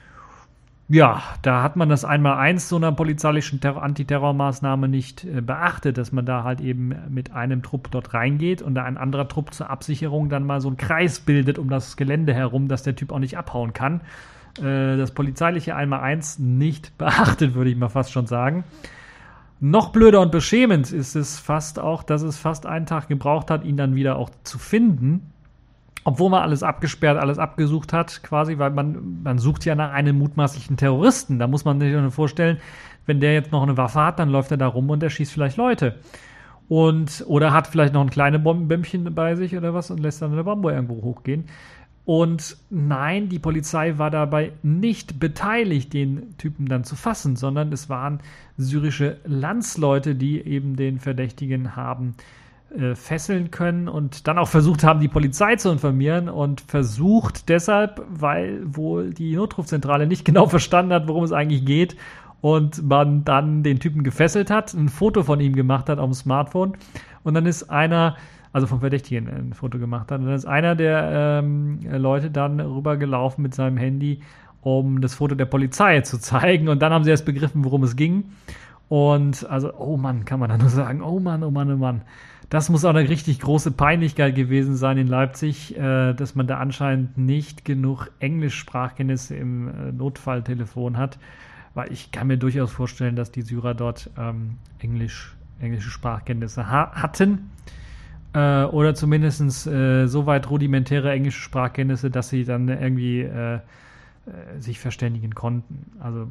Ja, da hat man das Einmaleins so einer polizeilichen Terror- Antiterrormaßnahme nicht äh, beachtet, dass man da halt eben mit einem Trupp dort reingeht und da ein anderer Trupp zur Absicherung dann mal so einen Kreis bildet um das Gelände herum, dass der Typ auch nicht abhauen kann. Äh, das polizeiliche Einmaleins nicht beachtet, würde ich mal fast schon sagen. Noch blöder und beschämend ist es fast auch, dass es fast einen Tag gebraucht hat, ihn dann wieder auch zu finden. Obwohl man alles abgesperrt, alles abgesucht hat, quasi, weil man, man sucht ja nach einem mutmaßlichen Terroristen. Da muss man sich nur vorstellen, wenn der jetzt noch eine Waffe hat, dann läuft er da rum und er schießt vielleicht Leute. Und, oder hat vielleicht noch ein kleines Bombenbämmchen bei sich oder was und lässt dann eine Bombe irgendwo hochgehen. Und nein, die Polizei war dabei nicht beteiligt, den Typen dann zu fassen, sondern es waren syrische Landsleute, die eben den Verdächtigen haben äh, fesseln können und dann auch versucht haben, die Polizei zu informieren und versucht deshalb, weil wohl die Notrufzentrale nicht genau verstanden hat, worum es eigentlich geht und man dann den Typen gefesselt hat, ein Foto von ihm gemacht hat auf dem Smartphone und dann ist einer, also vom Verdächtigen ein Foto gemacht hat und dann ist einer der ähm, Leute dann rübergelaufen mit seinem Handy, um das Foto der Polizei zu zeigen und dann haben sie erst begriffen, worum es ging und also, oh Mann, kann man da nur sagen, oh Mann, oh Mann, oh Mann. Das muss auch eine richtig große Peinlichkeit gewesen sein in Leipzig, äh, dass man da anscheinend nicht genug Englischsprachkenntnisse im äh, Notfalltelefon hat, weil ich kann mir durchaus vorstellen, dass die Syrer dort ähm, Englisch, englische Sprachkenntnisse ha- hatten äh, oder zumindest äh, so weit rudimentäre englische Sprachkenntnisse, dass sie dann irgendwie äh, äh, sich verständigen konnten. Also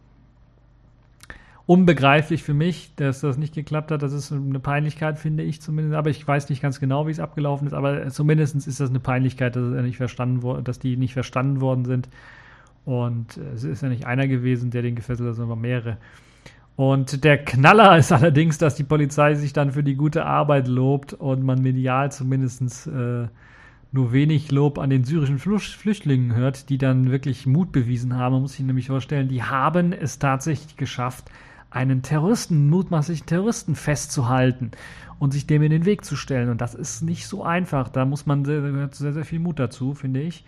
unbegreiflich für mich, dass das nicht geklappt hat. Das ist eine Peinlichkeit, finde ich zumindest. Aber ich weiß nicht ganz genau, wie es abgelaufen ist. Aber zumindest ist das eine Peinlichkeit, dass, es nicht verstanden wo- dass die nicht verstanden worden sind. Und es ist ja nicht einer gewesen, der den gefesselt hat, sondern mehrere. Und der Knaller ist allerdings, dass die Polizei sich dann für die gute Arbeit lobt und man medial zumindest äh, nur wenig Lob an den syrischen Flüchtlingen hört, die dann wirklich Mut bewiesen haben. Man muss sich nämlich vorstellen, die haben es tatsächlich geschafft, einen Terroristen, mutmaßlichen Terroristen festzuhalten und sich dem in den Weg zu stellen. Und das ist nicht so einfach. Da muss man sehr, gehört sehr, sehr viel Mut dazu, finde ich.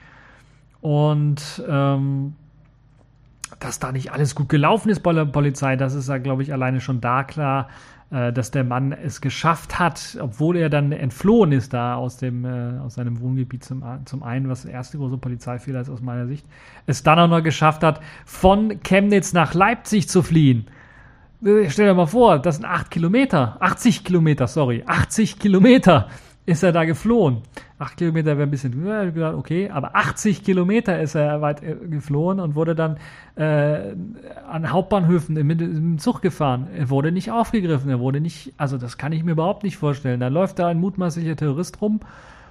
Und ähm, dass da nicht alles gut gelaufen ist bei der Polizei, das ist ja, glaube ich, alleine schon da klar, äh, dass der Mann es geschafft hat, obwohl er dann entflohen ist da aus dem äh, aus seinem Wohngebiet zum, zum einen, was der erste große Polizeifehler ist aus meiner Sicht, es dann auch noch geschafft hat, von Chemnitz nach Leipzig zu fliehen. Stell dir mal vor, das sind acht Kilometer, achtzig Kilometer, sorry, achtzig Kilometer ist er da geflohen. Acht Kilometer wäre ein bisschen, okay, aber achtzig Kilometer ist er weit geflohen und wurde dann äh, an Hauptbahnhöfen im, im Zug gefahren. Er wurde nicht aufgegriffen, er wurde nicht, also das kann ich mir überhaupt nicht vorstellen. Da läuft da ein mutmaßlicher Terrorist rum.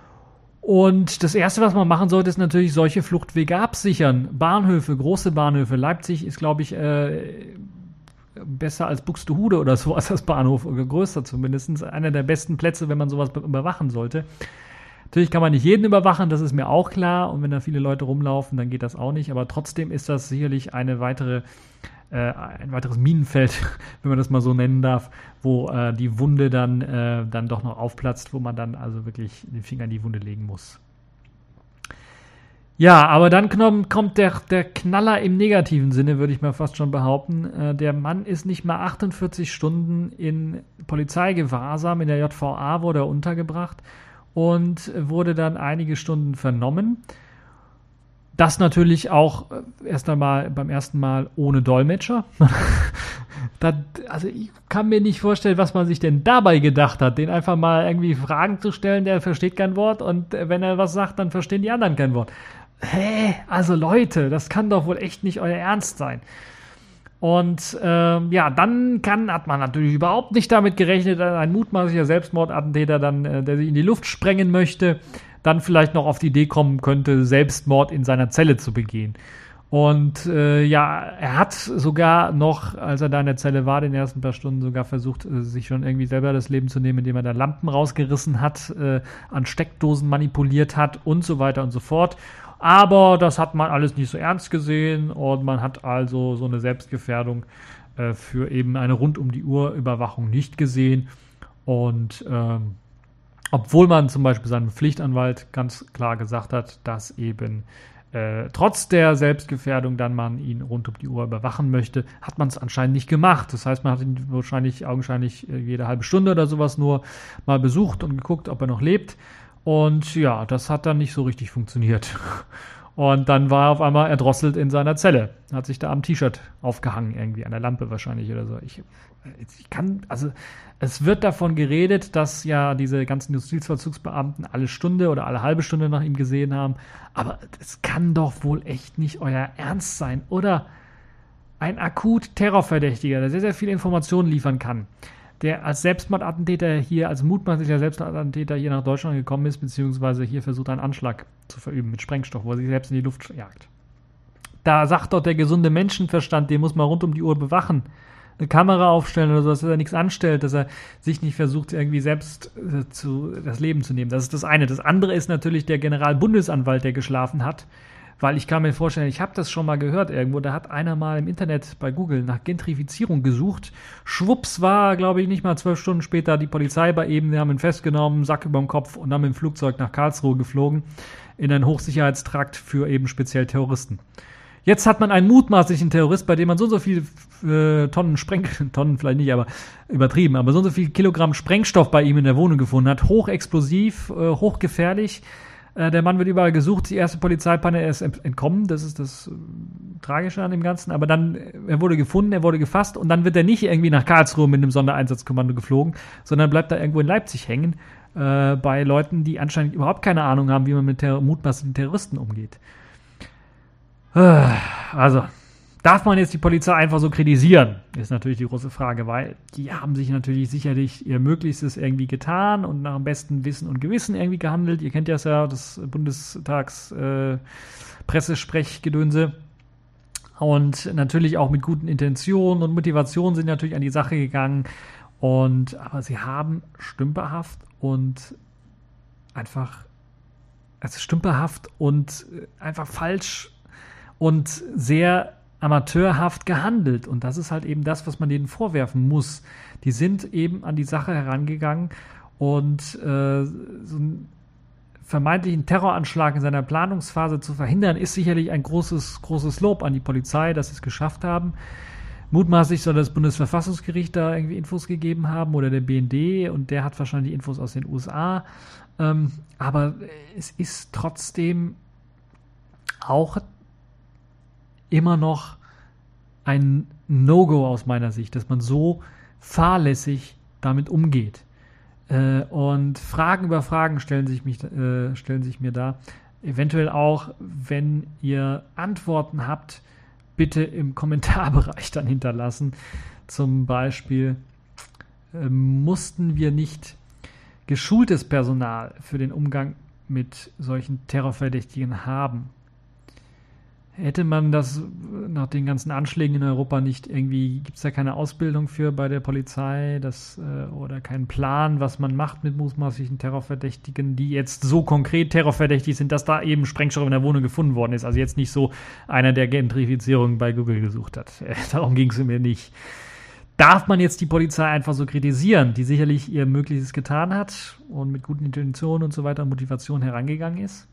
Und das Erste, was man machen sollte, ist natürlich solche Fluchtwege absichern. Bahnhöfe, große Bahnhöfe. Leipzig ist, glaube ich, äh, besser als Buxtehude oder so als das Bahnhof, oder größer zumindest. Einer der besten Plätze, wenn man sowas überwachen sollte. Natürlich kann man nicht jeden überwachen, das ist mir auch klar. Und wenn da viele Leute rumlaufen, dann geht das auch nicht. Aber trotzdem ist das sicherlich eine weitere, äh, ein weiteres Minenfeld, wenn man das mal so nennen darf, wo äh, die Wunde dann, äh, dann doch noch aufplatzt, wo man dann also wirklich den Finger in die Wunde legen muss. Ja, aber dann kommt, kommt der, der Knaller im negativen Sinne, würde ich mal fast schon behaupten. Äh, der Mann ist nicht mal achtundvierzig Stunden in Polizeigewahrsam, in der J V A wurde er untergebracht und wurde dann einige Stunden vernommen. Das natürlich auch erst einmal beim ersten Mal ohne Dolmetscher. das, also ich kann mir nicht vorstellen, was man sich denn dabei gedacht hat, den einfach mal irgendwie Fragen zu stellen, der versteht kein Wort und wenn er was sagt, dann verstehen die anderen kein Wort. Hä? Also Leute, das kann doch wohl echt nicht euer Ernst sein. Und ähm, ja, dann kann, hat man natürlich überhaupt nicht damit gerechnet, dass ein mutmaßlicher Selbstmordattentäter dann, äh, der sich in die Luft sprengen möchte, dann vielleicht noch auf die Idee kommen könnte, Selbstmord in seiner Zelle zu begehen. Und äh, ja, er hat sogar noch, als er da in der Zelle war, den ersten paar Stunden sogar versucht, äh, sich schon irgendwie selber das Leben zu nehmen, indem er da Lampen rausgerissen hat, äh, an Steckdosen manipuliert hat und so weiter und so fort. Aber das hat man alles nicht so ernst gesehen und man hat also so eine Selbstgefährdung äh, für eben eine Rund-um-die-Uhr-Überwachung nicht gesehen. Und ähm, obwohl man zum Beispiel seinem Pflichtanwalt ganz klar gesagt hat, dass eben äh, trotz der Selbstgefährdung dann man ihn rund um die Uhr überwachen möchte, hat man es anscheinend nicht gemacht. Das heißt, man hat ihn wahrscheinlich augenscheinlich äh, jede halbe Stunde oder sowas nur mal besucht und geguckt, ob er noch lebt. Und ja, das hat dann nicht so richtig funktioniert. Und dann war er auf einmal erdrosselt in seiner Zelle. Hat sich da am T-Shirt aufgehangen, irgendwie an der Lampe wahrscheinlich oder so. Ich, ich kann, also es wird davon geredet, dass ja diese ganzen Justizvollzugsbeamten alle Stunde oder alle halbe Stunde nach ihm gesehen haben. Aber es kann doch wohl echt nicht euer Ernst sein. Oder ein akut Terrorverdächtiger, der sehr, sehr viele Informationen liefern kann, der als Selbstmordattentäter hier, als mutmaßlicher Selbstmordattentäter hier nach Deutschland gekommen ist, beziehungsweise hier versucht, einen Anschlag zu verüben mit Sprengstoff, wo er sich selbst in die Luft jagt. Da sagt doch der gesunde Menschenverstand, den muss man rund um die Uhr bewachen. Eine Kamera aufstellen oder so, dass er nichts anstellt, dass er sich nicht versucht, irgendwie selbst äh, zu, das Leben zu nehmen. Das ist das eine. Das andere ist natürlich der Generalbundesanwalt, der geschlafen hat. Weil ich kann mir vorstellen, ich habe das schon mal gehört irgendwo, da hat einer mal im Internet bei Google nach Gentrifizierung gesucht. Schwupps war, glaube ich, nicht mal zwölf Stunden später die Polizei bei ihm, die haben ihn festgenommen, Sack über dem Kopf und haben mit dem Flugzeug nach Karlsruhe geflogen, in einen Hochsicherheitstrakt für eben speziell Terroristen. Jetzt hat man einen mutmaßlichen Terrorist, bei dem man so und so viel äh, Tonnen Spreng... Tonnen vielleicht nicht, aber übertrieben, aber so und so viel Kilogramm Sprengstoff bei ihm in der Wohnung gefunden hat. Hochexplosiv, äh, hochgefährlich. Der Mann wird überall gesucht, die erste Polizeipanne, er ist entkommen, das ist das Tragische an dem Ganzen, aber dann, er wurde gefunden, er wurde gefasst und dann wird er nicht irgendwie nach Karlsruhe mit einem Sondereinsatzkommando geflogen, sondern bleibt da irgendwo in Leipzig hängen, äh, bei Leuten, die anscheinend überhaupt keine Ahnung haben, wie man mit ter- mutmaßlichen Terroristen umgeht. Äh, also, darf man jetzt die Polizei einfach so kritisieren, ist natürlich die große Frage, weil die haben sich natürlich sicherlich ihr Möglichstes irgendwie getan und nach dem besten Wissen und Gewissen irgendwie gehandelt. Ihr kennt ja das Bundestags äh, Pressesprechgedönse und natürlich auch mit guten Intentionen und Motivationen sind natürlich an die Sache gegangen und aber sie haben stümperhaft und einfach also stümperhaft und einfach falsch und sehr amateurhaft gehandelt. Und das ist halt eben das, was man denen vorwerfen muss. Die sind eben an die Sache herangegangen und äh, so einen vermeintlichen Terroranschlag in seiner Planungsphase zu verhindern, ist sicherlich ein großes, großes Lob an die Polizei, dass sie es geschafft haben. Mutmaßlich soll das Bundesverfassungsgericht da irgendwie Infos gegeben haben oder der B N D und der hat wahrscheinlich Infos aus den U S A. Ähm, aber es ist trotzdem auch immer noch ein No-Go aus meiner Sicht, dass man so fahrlässig damit umgeht. Äh, und Fragen über Fragen stellen sich, mich, äh, stellen sich mir da. Eventuell auch, wenn ihr Antworten habt, bitte im Kommentarbereich dann hinterlassen. Zum Beispiel, äh, mussten wir nicht geschultes Personal für den Umgang mit solchen Terrorverdächtigen haben? Hätte man das nach den ganzen Anschlägen in Europa nicht irgendwie, gibt es da keine Ausbildung für bei der Polizei das, äh, oder keinen Plan, was man macht mit mutmaßlichen Terrorverdächtigen, die jetzt so konkret terrorverdächtig sind, dass da eben Sprengstoff in der Wohnung gefunden worden ist. Also jetzt nicht so einer, der Gentrifizierung bei Google gesucht hat. Äh, darum ging es mir nicht. Darf man jetzt die Polizei einfach so kritisieren, die sicherlich ihr Möglichstes getan hat und mit guten Intentionen und so weiter und Motivation herangegangen ist?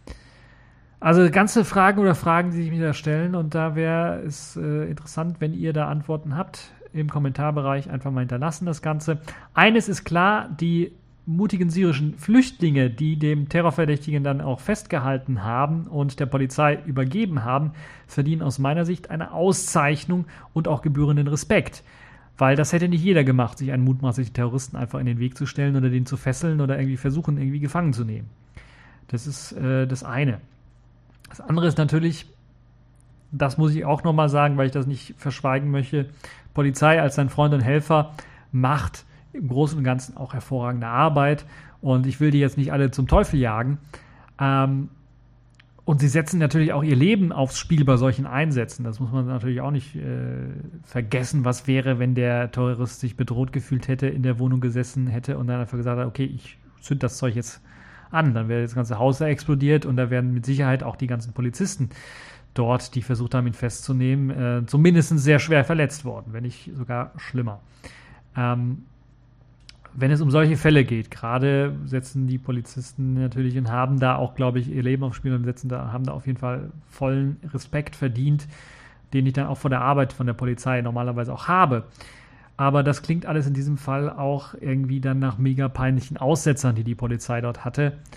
Also ganze Fragen oder Fragen, die sich mir da stellen und da wäre es äh, interessant, wenn ihr da Antworten habt, im Kommentarbereich einfach mal hinterlassen das Ganze. Eines ist klar, die mutigen syrischen Flüchtlinge, die dem Terrorverdächtigen dann auch festgehalten haben und der Polizei übergeben haben, verdienen aus meiner Sicht eine Auszeichnung und auch gebührenden Respekt. Weil das hätte nicht jeder gemacht, sich einen mutmaßlichen Terroristen einfach in den Weg zu stellen oder den zu fesseln oder irgendwie versuchen, irgendwie gefangen zu nehmen. Das ist äh, das eine. Das andere ist natürlich, das muss ich auch nochmal sagen, weil ich das nicht verschweigen möchte, Polizei als sein Freund und Helfer macht im Großen und Ganzen auch hervorragende Arbeit und ich will die jetzt nicht alle zum Teufel jagen. Ähm, und sie setzen natürlich auch ihr Leben aufs Spiel bei solchen Einsätzen. Das muss man natürlich auch nicht äh, vergessen, was wäre, wenn der Terrorist sich bedroht gefühlt hätte, in der Wohnung gesessen hätte und dann einfach gesagt hat, okay, ich zünd das Zeug jetzt an. Dann wäre das ganze Haus da explodiert und da wären mit Sicherheit auch die ganzen Polizisten dort, die versucht haben, ihn festzunehmen, äh, zumindest sehr schwer verletzt worden, wenn nicht sogar schlimmer. Ähm, wenn es um solche Fälle geht, gerade setzen die Polizisten natürlich und haben da auch, glaube ich, ihr Leben aufs Spiel und setzen da, haben da auf jeden Fall vollen Respekt verdient, den ich dann auch vor der Arbeit von der Polizei normalerweise auch habe. Aber das klingt alles in diesem Fall auch irgendwie dann nach mega peinlichen Aussetzern, die die Polizei dort hatte.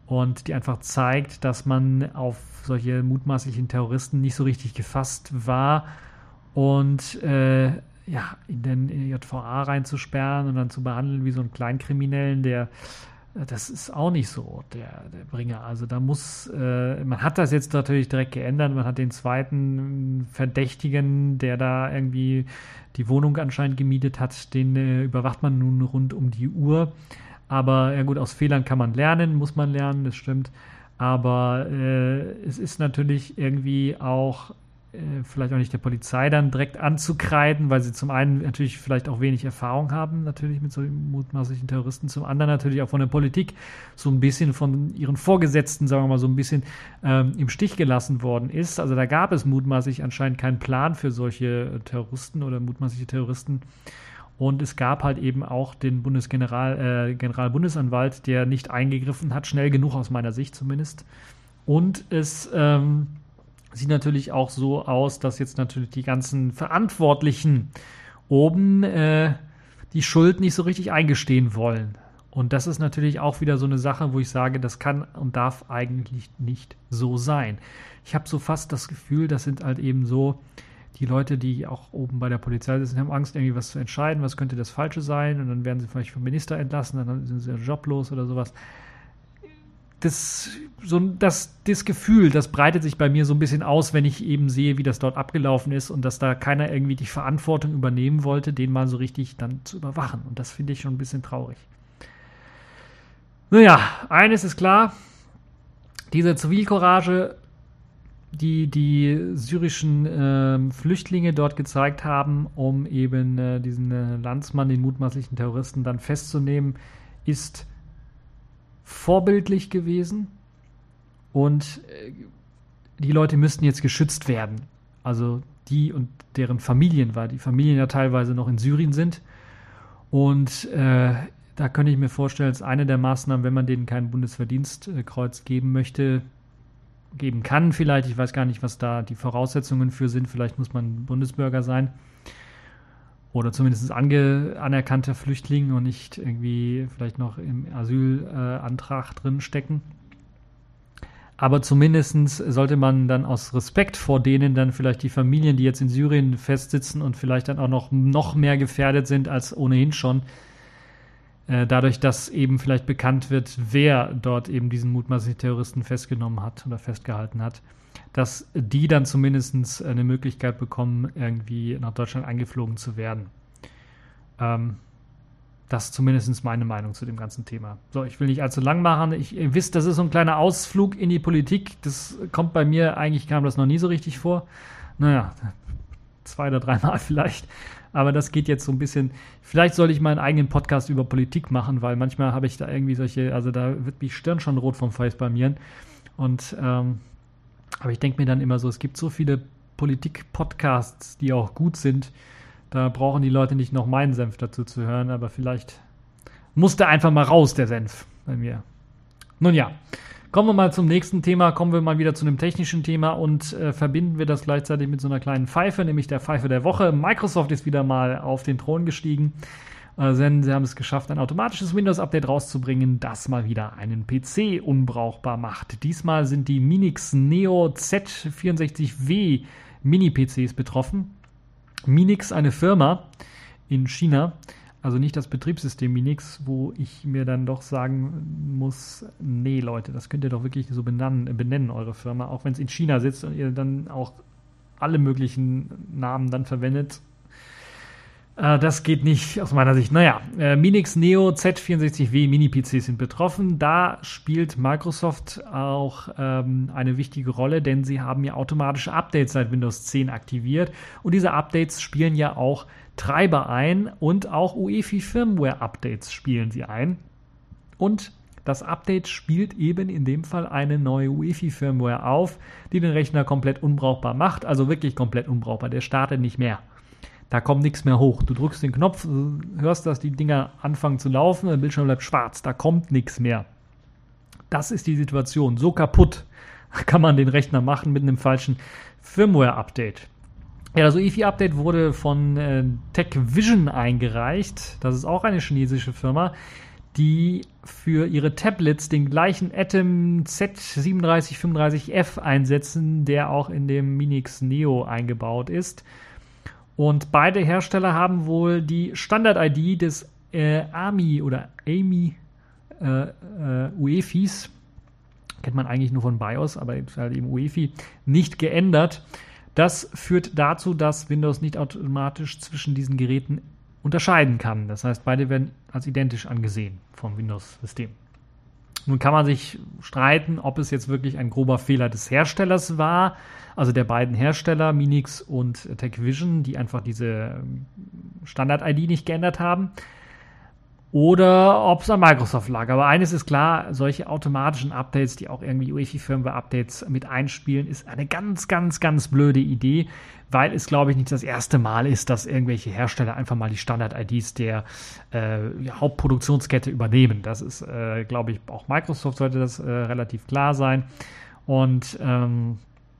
und die einfach zeigt, dass man auf solche mutmaßlichen Terroristen nicht so richtig gefasst war und äh, ja, in den J V A reinzusperren und dann zu behandeln wie so einen Kleinkriminellen, der das ist auch nicht so der, der Bringer. Also da muss, äh, man hat das jetzt natürlich direkt geändert, man hat den zweiten Verdächtigen, der da irgendwie die Wohnung anscheinend gemietet hat, den äh, überwacht man nun rund um die Uhr. Aber ja gut, aus Fehlern kann man lernen, muss man lernen, das stimmt. Aber äh, es ist natürlich irgendwie auch äh, vielleicht auch nicht der Polizei dann direkt anzukreiden, weil sie zum einen natürlich vielleicht auch wenig Erfahrung haben, natürlich mit so mutmaßlichen Terroristen, zum anderen natürlich auch von der Politik so ein bisschen von ihren Vorgesetzten, sagen wir mal, so ein bisschen ähm, im Stich gelassen worden ist. Also da gab es mutmaßlich anscheinend keinen Plan für solche Terroristen oder mutmaßliche Terroristen. Und es gab halt eben auch den Bundesgeneral, äh, Generalbundesanwalt, der nicht eingegriffen hat, schnell genug aus meiner Sicht zumindest. Und es ähm, sieht natürlich auch so aus, dass jetzt natürlich die ganzen Verantwortlichen oben äh, die Schuld nicht so richtig eingestehen wollen. Und das ist natürlich auch wieder so eine Sache, wo ich sage, das kann und darf eigentlich nicht so sein. Ich habe so fast das Gefühl, das sind halt eben so die Leute, die auch oben bei der Polizei sitzen, haben Angst, irgendwie was zu entscheiden, was könnte das Falsche sein und dann werden sie vielleicht vom Minister entlassen, dann sind sie joblos oder sowas. Das, so, das, das Gefühl, das breitet sich bei mir so ein bisschen aus, wenn ich eben sehe, wie das dort abgelaufen ist und dass da keiner irgendwie die Verantwortung übernehmen wollte, den mal so richtig dann zu überwachen. Und das finde ich schon ein bisschen traurig. Naja, eines ist klar, diese Zivilcourage, die die syrischen äh, Flüchtlinge dort gezeigt haben, um eben äh, diesen äh, Landsmann, den mutmaßlichen Terroristen, dann festzunehmen, ist vorbildlich gewesen und äh, die Leute müssten jetzt geschützt werden. Also die und deren Familien, weil die Familien ja teilweise noch in Syrien sind. Und äh, da könnte ich mir vorstellen, als eine der Maßnahmen, wenn man denen kein Bundesverdienstkreuz geben möchte, geben kann vielleicht, ich weiß gar nicht, was da die Voraussetzungen für sind, vielleicht muss man Bundesbürger sein oder zumindest ange, anerkannter Flüchtling und nicht irgendwie vielleicht noch im Asylantrag äh, drin stecken. Aber zumindest sollte man dann aus Respekt vor denen dann vielleicht die Familien, die jetzt in Syrien festsitzen und vielleicht dann auch noch, noch mehr gefährdet sind als ohnehin schon, äh, dadurch, dass eben vielleicht bekannt wird, wer dort eben diesen mutmaßlichen Terroristen festgenommen hat oder festgehalten hat, dass die dann zumindest eine Möglichkeit bekommen, irgendwie nach Deutschland eingeflogen zu werden. Ähm, das ist zumindest meine Meinung zu dem ganzen Thema. So, ich will nicht allzu lang machen. Ich, ihr wisst, das ist so ein kleiner Ausflug in die Politik. Das kommt bei mir, eigentlich kam das noch nie so richtig vor. Naja, zwei oder dreimal vielleicht. Aber das geht jetzt so ein bisschen, vielleicht soll ich mal einen eigenen Podcast über Politik machen, weil manchmal habe ich da irgendwie solche, also da wird die Stirn schon rot vom Face bei mir. Und ähm, aber ich denke mir dann immer so, es gibt so viele Politik-Podcasts, die auch gut sind, da brauchen die Leute nicht noch meinen Senf dazu zu hören, aber vielleicht muss der einfach mal raus, der Senf bei mir. Nun ja, kommen wir mal zum nächsten Thema, kommen wir mal wieder zu einem technischen Thema und äh, verbinden wir das gleichzeitig mit so einer kleinen Pfeife, nämlich der Pfeife der Woche. Microsoft ist wieder mal auf den Thron gestiegen. Denn sie haben es geschafft, ein automatisches Windows-Update rauszubringen, das mal wieder einen P C unbrauchbar macht. Diesmal sind die Minix Neo Z vierundsechzig W Mini-P Cs betroffen. Minix, eine Firma in China, also nicht das Betriebssystem Minix, wo ich mir dann doch sagen muss, nee Leute, das könnt ihr doch wirklich so benennen, benennen eure Firma, auch wenn es in China sitzt und ihr dann auch alle möglichen Namen dann verwendet. Das geht nicht aus meiner Sicht. Naja, äh, Minix Neo Z vierundsechzig W Mini-P Cs sind betroffen. Da spielt Microsoft auch ähm, eine wichtige Rolle, denn sie haben ja automatische Updates seit Windows zehn aktiviert. Und diese Updates spielen ja auch Treiber ein und auch U E F I-Firmware-Updates spielen sie ein. Und das Update spielt eben in dem Fall eine neue U E F I-Firmware auf, die den Rechner komplett unbrauchbar macht. Also wirklich komplett unbrauchbar. Der startet nicht mehr. Da kommt nichts mehr hoch. Du drückst den Knopf, hörst, dass die Dinger anfangen zu laufen, der Bildschirm bleibt schwarz. Da kommt nichts mehr. Das ist die Situation. So kaputt kann man den Rechner machen mit einem falschen Firmware-Update. Ja, das U E F I-Update wurde von äh, TechVision eingereicht. Das ist auch eine chinesische Firma. die für ihre Tablets den gleichen Atom Z sieben drei fünf drei F einsetzen, der auch in dem Minix Neo eingebaut ist. Und beide Hersteller haben wohl die Standard-I D des äh, A M I oder A M I äh, äh, U E F Is, kennt man eigentlich nur von BIOS, aber halt eben U E F I, nicht geändert. Das führt dazu, dass Windows nicht automatisch zwischen diesen Geräten unterscheiden kann. Das heißt, beide werden als identisch angesehen vom Windows-System. Nun kann man sich streiten, ob es jetzt wirklich ein grober Fehler des Herstellers war, also der beiden Hersteller, Minix und TechVision, die einfach diese Standard-I D nicht geändert haben, oder ob es an Microsoft lag. Aber eines ist klar, solche automatischen Updates, die auch irgendwie U E F I-Firmware-Updates mit einspielen, ist eine ganz, ganz, ganz blöde Idee, weil es, glaube ich, nicht das erste Mal ist, dass irgendwelche Hersteller einfach mal die Standard-I Ds der äh, Hauptproduktionskette übernehmen. Das ist, äh, glaube ich, auch Microsoft sollte das äh, relativ klar sein. Und ähm,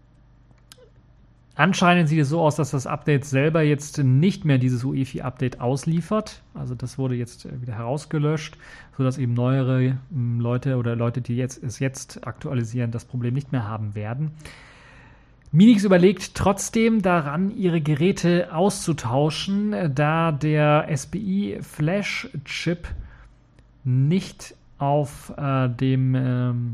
anscheinend sieht es so aus, dass das Update selber jetzt nicht mehr dieses U E F I-Update ausliefert. Also das wurde jetzt wieder herausgelöscht, sodass eben neuere ähm, Leute oder Leute, die jetzt, es jetzt aktualisieren, das Problem nicht mehr haben werden. Minix überlegt trotzdem daran, ihre Geräte auszutauschen, da der S P I-Flash-Chip nicht auf äh, dem ähm,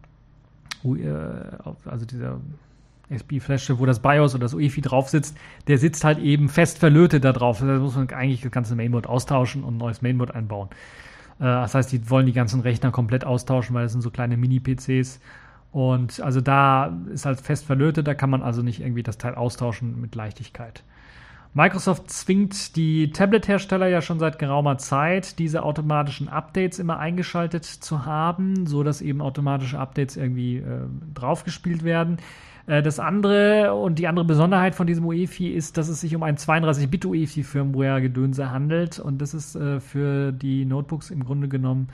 äh, auf, also dieser S P I-Flash-Chip, wo das BIOS oder das U E F I drauf sitzt, der sitzt halt eben fest verlötet da drauf. Da muss man eigentlich das ganze Mainboard austauschen und ein neues Mainboard einbauen. Äh, das heißt, die wollen die ganzen Rechner komplett austauschen, weil das sind so kleine Mini-P Cs. Und also da ist halt fest verlötet, da kann man also nicht irgendwie das Teil austauschen mit Leichtigkeit. Microsoft zwingt die Tablet-Hersteller ja schon seit geraumer Zeit, diese automatischen Updates immer eingeschaltet zu haben, so dass eben automatische Updates irgendwie äh, draufgespielt werden. Äh, das andere und die andere Besonderheit von diesem U E F I ist, dass es sich um ein zweiunddreißig Bit U E F I-Firmware-Gedönse handelt, und das ist äh, für die Notebooks im Grunde genommen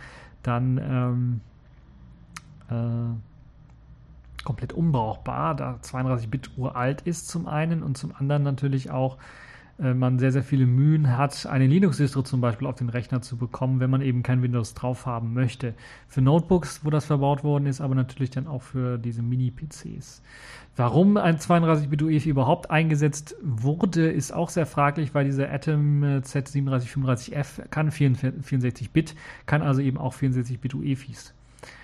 dann ähm, äh, komplett unbrauchbar, da zweiunddreißig Bit uralt ist zum einen und zum anderen natürlich auch äh, man sehr, sehr viele Mühen hat, eine Linux-Distro zum Beispiel auf den Rechner zu bekommen, wenn man eben kein Windows drauf haben möchte. Für Notebooks, wo das verbaut worden ist, aber natürlich dann auch für diese Mini-P Cs. Warum ein zweiunddreißig Bit U E F I überhaupt eingesetzt wurde, ist auch sehr fraglich, weil dieser Atom Z sieben drei fünf drei F kann vierundsechzig Bit, kann also eben auch vierundsechzig Bit U E F Is.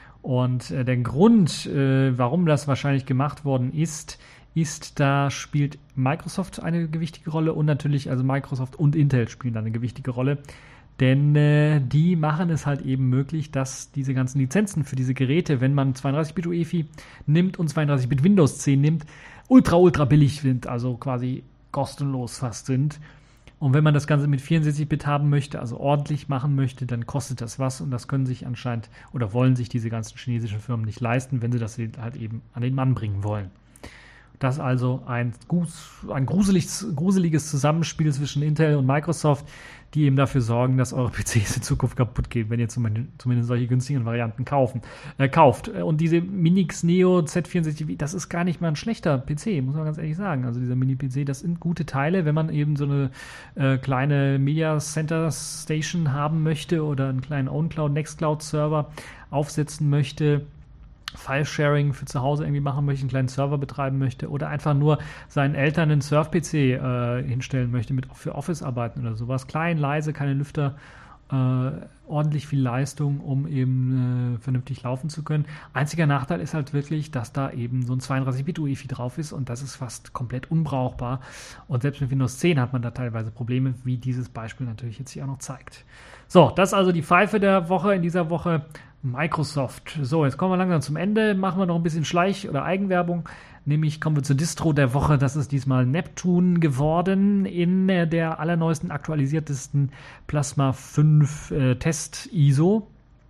Und äh, der Grund, äh, warum das wahrscheinlich gemacht worden ist, ist, da spielt Microsoft eine gewichtige Rolle und natürlich, also Microsoft und Intel spielen da eine gewichtige Rolle, denn äh, die machen es halt eben möglich, dass diese ganzen Lizenzen für diese Geräte, wenn man zweiunddreißig Bit U E F I nimmt und zweiunddreißig Bit Windows zehn nimmt, ultra, ultra billig sind, also quasi kostenlos fast sind. Und wenn man das Ganze mit vierundsechzig Bit haben möchte, also ordentlich machen möchte, dann kostet das was, und das können sich anscheinend oder wollen sich diese ganzen chinesischen Firmen nicht leisten, wenn sie das halt eben an den Mann bringen wollen. Das ist also ein, ein gruseliges, gruseliges Zusammenspiel zwischen Intel und Microsoft, die eben dafür sorgen, dass eure P Cs in Zukunft kaputt gehen, wenn ihr zumindest solche günstigen Varianten kaufen, äh, kauft. Und diese Minix Neo Z vierundsechzig, das ist gar nicht mal ein schlechter P C, muss man ganz ehrlich sagen. Also dieser Mini-P C, das sind gute Teile, wenn man eben so eine äh, kleine Media Center Station haben möchte oder einen kleinen OwnCloud, Nextcloud Server aufsetzen möchte, File-Sharing für zu Hause irgendwie machen möchte, einen kleinen Server betreiben möchte oder einfach nur seinen Eltern einen Surf-P C äh, hinstellen möchte mit für Office-Arbeiten oder sowas. Klein, leise, keine Lüfter, äh, ordentlich viel Leistung, um eben äh, vernünftig laufen zu können. Einziger Nachteil ist halt wirklich, dass da eben so ein zweiunddreißig Bit U E F I drauf ist, und das ist fast komplett unbrauchbar. Und selbst mit Windows zehn hat man da teilweise Probleme, wie dieses Beispiel natürlich jetzt hier auch noch zeigt. So, das ist also die Pfeife der Woche in dieser Woche. Microsoft. So, jetzt kommen wir langsam zum Ende. Machen wir noch ein bisschen Schleich- oder Eigenwerbung. Nämlich kommen wir zur Distro der Woche. Das ist diesmal Neptune geworden in der allerneuesten, aktualisiertesten Plasma fünf äh, Test I S O.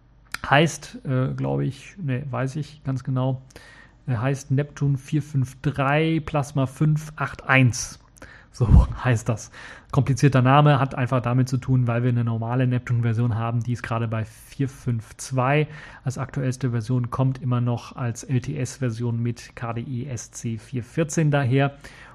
Heißt, äh, glaube ich, ne, weiß ich ganz genau, äh, heißt Neptune vier fünf drei Plasma fünf acht eins. So heißt das. Komplizierter Name, hat einfach damit zu tun, weil wir eine normale Neptune-Version haben, die ist gerade bei vier fünf zwei. Als aktuellste Version kommt immer noch als L T S-Version mit K D E S C vier vierzehn daher.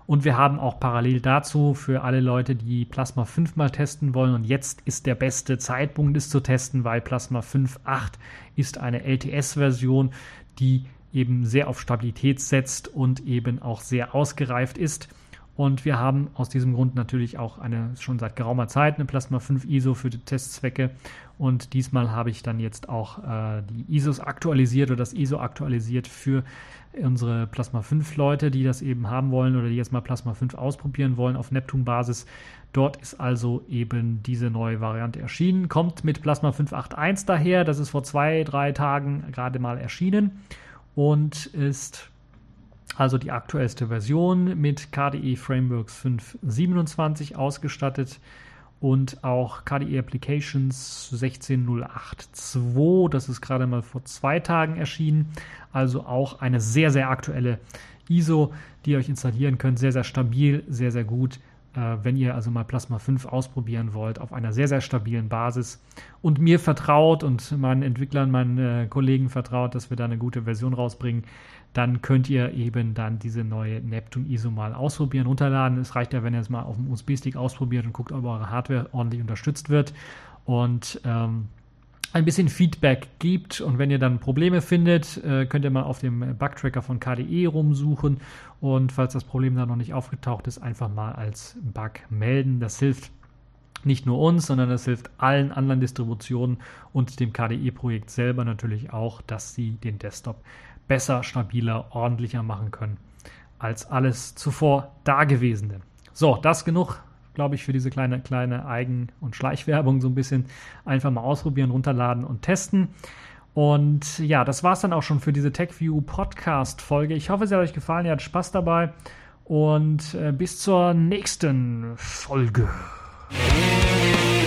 Und wir haben auch parallel dazu für alle Leute, die Plasma fünf mal testen wollen, und jetzt ist der beste Zeitpunkt, es zu testen, weil Plasma fünf Punkt acht ist eine L T S-Version, die eben sehr auf Stabilität setzt und eben auch sehr ausgereift ist. Und wir haben aus diesem Grund natürlich auch eine schon seit geraumer Zeit eine Plasma fünf I S O für die Testzwecke. Und diesmal habe ich dann jetzt auch äh, die I S Os aktualisiert oder das I S O aktualisiert für unsere Plasma fünf Leute, die das eben haben wollen oder die jetzt mal Plasma fünf ausprobieren wollen auf Neptun-Basis. Dort ist also eben diese neue Variante erschienen. Kommt mit Plasma fünf Punkt acht Punkt eins daher. Das ist vor zwei, drei Tagen gerade mal erschienen und ist also die aktuellste Version mit K D E Frameworks fünf Punkt siebenundzwanzig ausgestattet und auch K D E Applications sechzehn Punkt null acht Punkt zwei. Das ist gerade mal vor zwei Tagen erschienen. Also auch eine sehr, sehr aktuelle I S O, die ihr euch installieren könnt. Sehr, sehr stabil, sehr, sehr gut. Äh, wenn ihr also mal Plasma fünf ausprobieren wollt, auf einer sehr, sehr stabilen Basis und mir vertraut und meinen Entwicklern, meinen äh, Kollegen vertraut, dass wir da eine gute Version rausbringen, dann könnt ihr eben dann diese neue Neptun I S O mal ausprobieren, runterladen. Es reicht ja, wenn ihr es mal auf dem U S B-Stick ausprobiert und guckt, ob eure Hardware ordentlich unterstützt wird und ähm, ein bisschen Feedback gibt. Und wenn ihr dann Probleme findet, äh, könnt ihr mal auf dem Bug-Tracker von K D E rumsuchen und falls das Problem da noch nicht aufgetaucht ist, einfach mal als Bug melden. Das hilft nicht nur uns, sondern das hilft allen anderen Distributionen und dem K D E-Projekt selber natürlich auch, dass sie den Desktop besser, stabiler, ordentlicher machen können als alles zuvor Dagewesene. So, das genug, glaube ich, für diese kleine, kleine Eigen- und Schleichwerbung so ein bisschen. Einfach mal ausprobieren, runterladen und testen. Und ja, das war es dann auch schon für diese TechView Podcast-Folge. Ich hoffe, es hat euch gefallen, ihr hattet Spaß dabei und äh, bis zur nächsten Folge.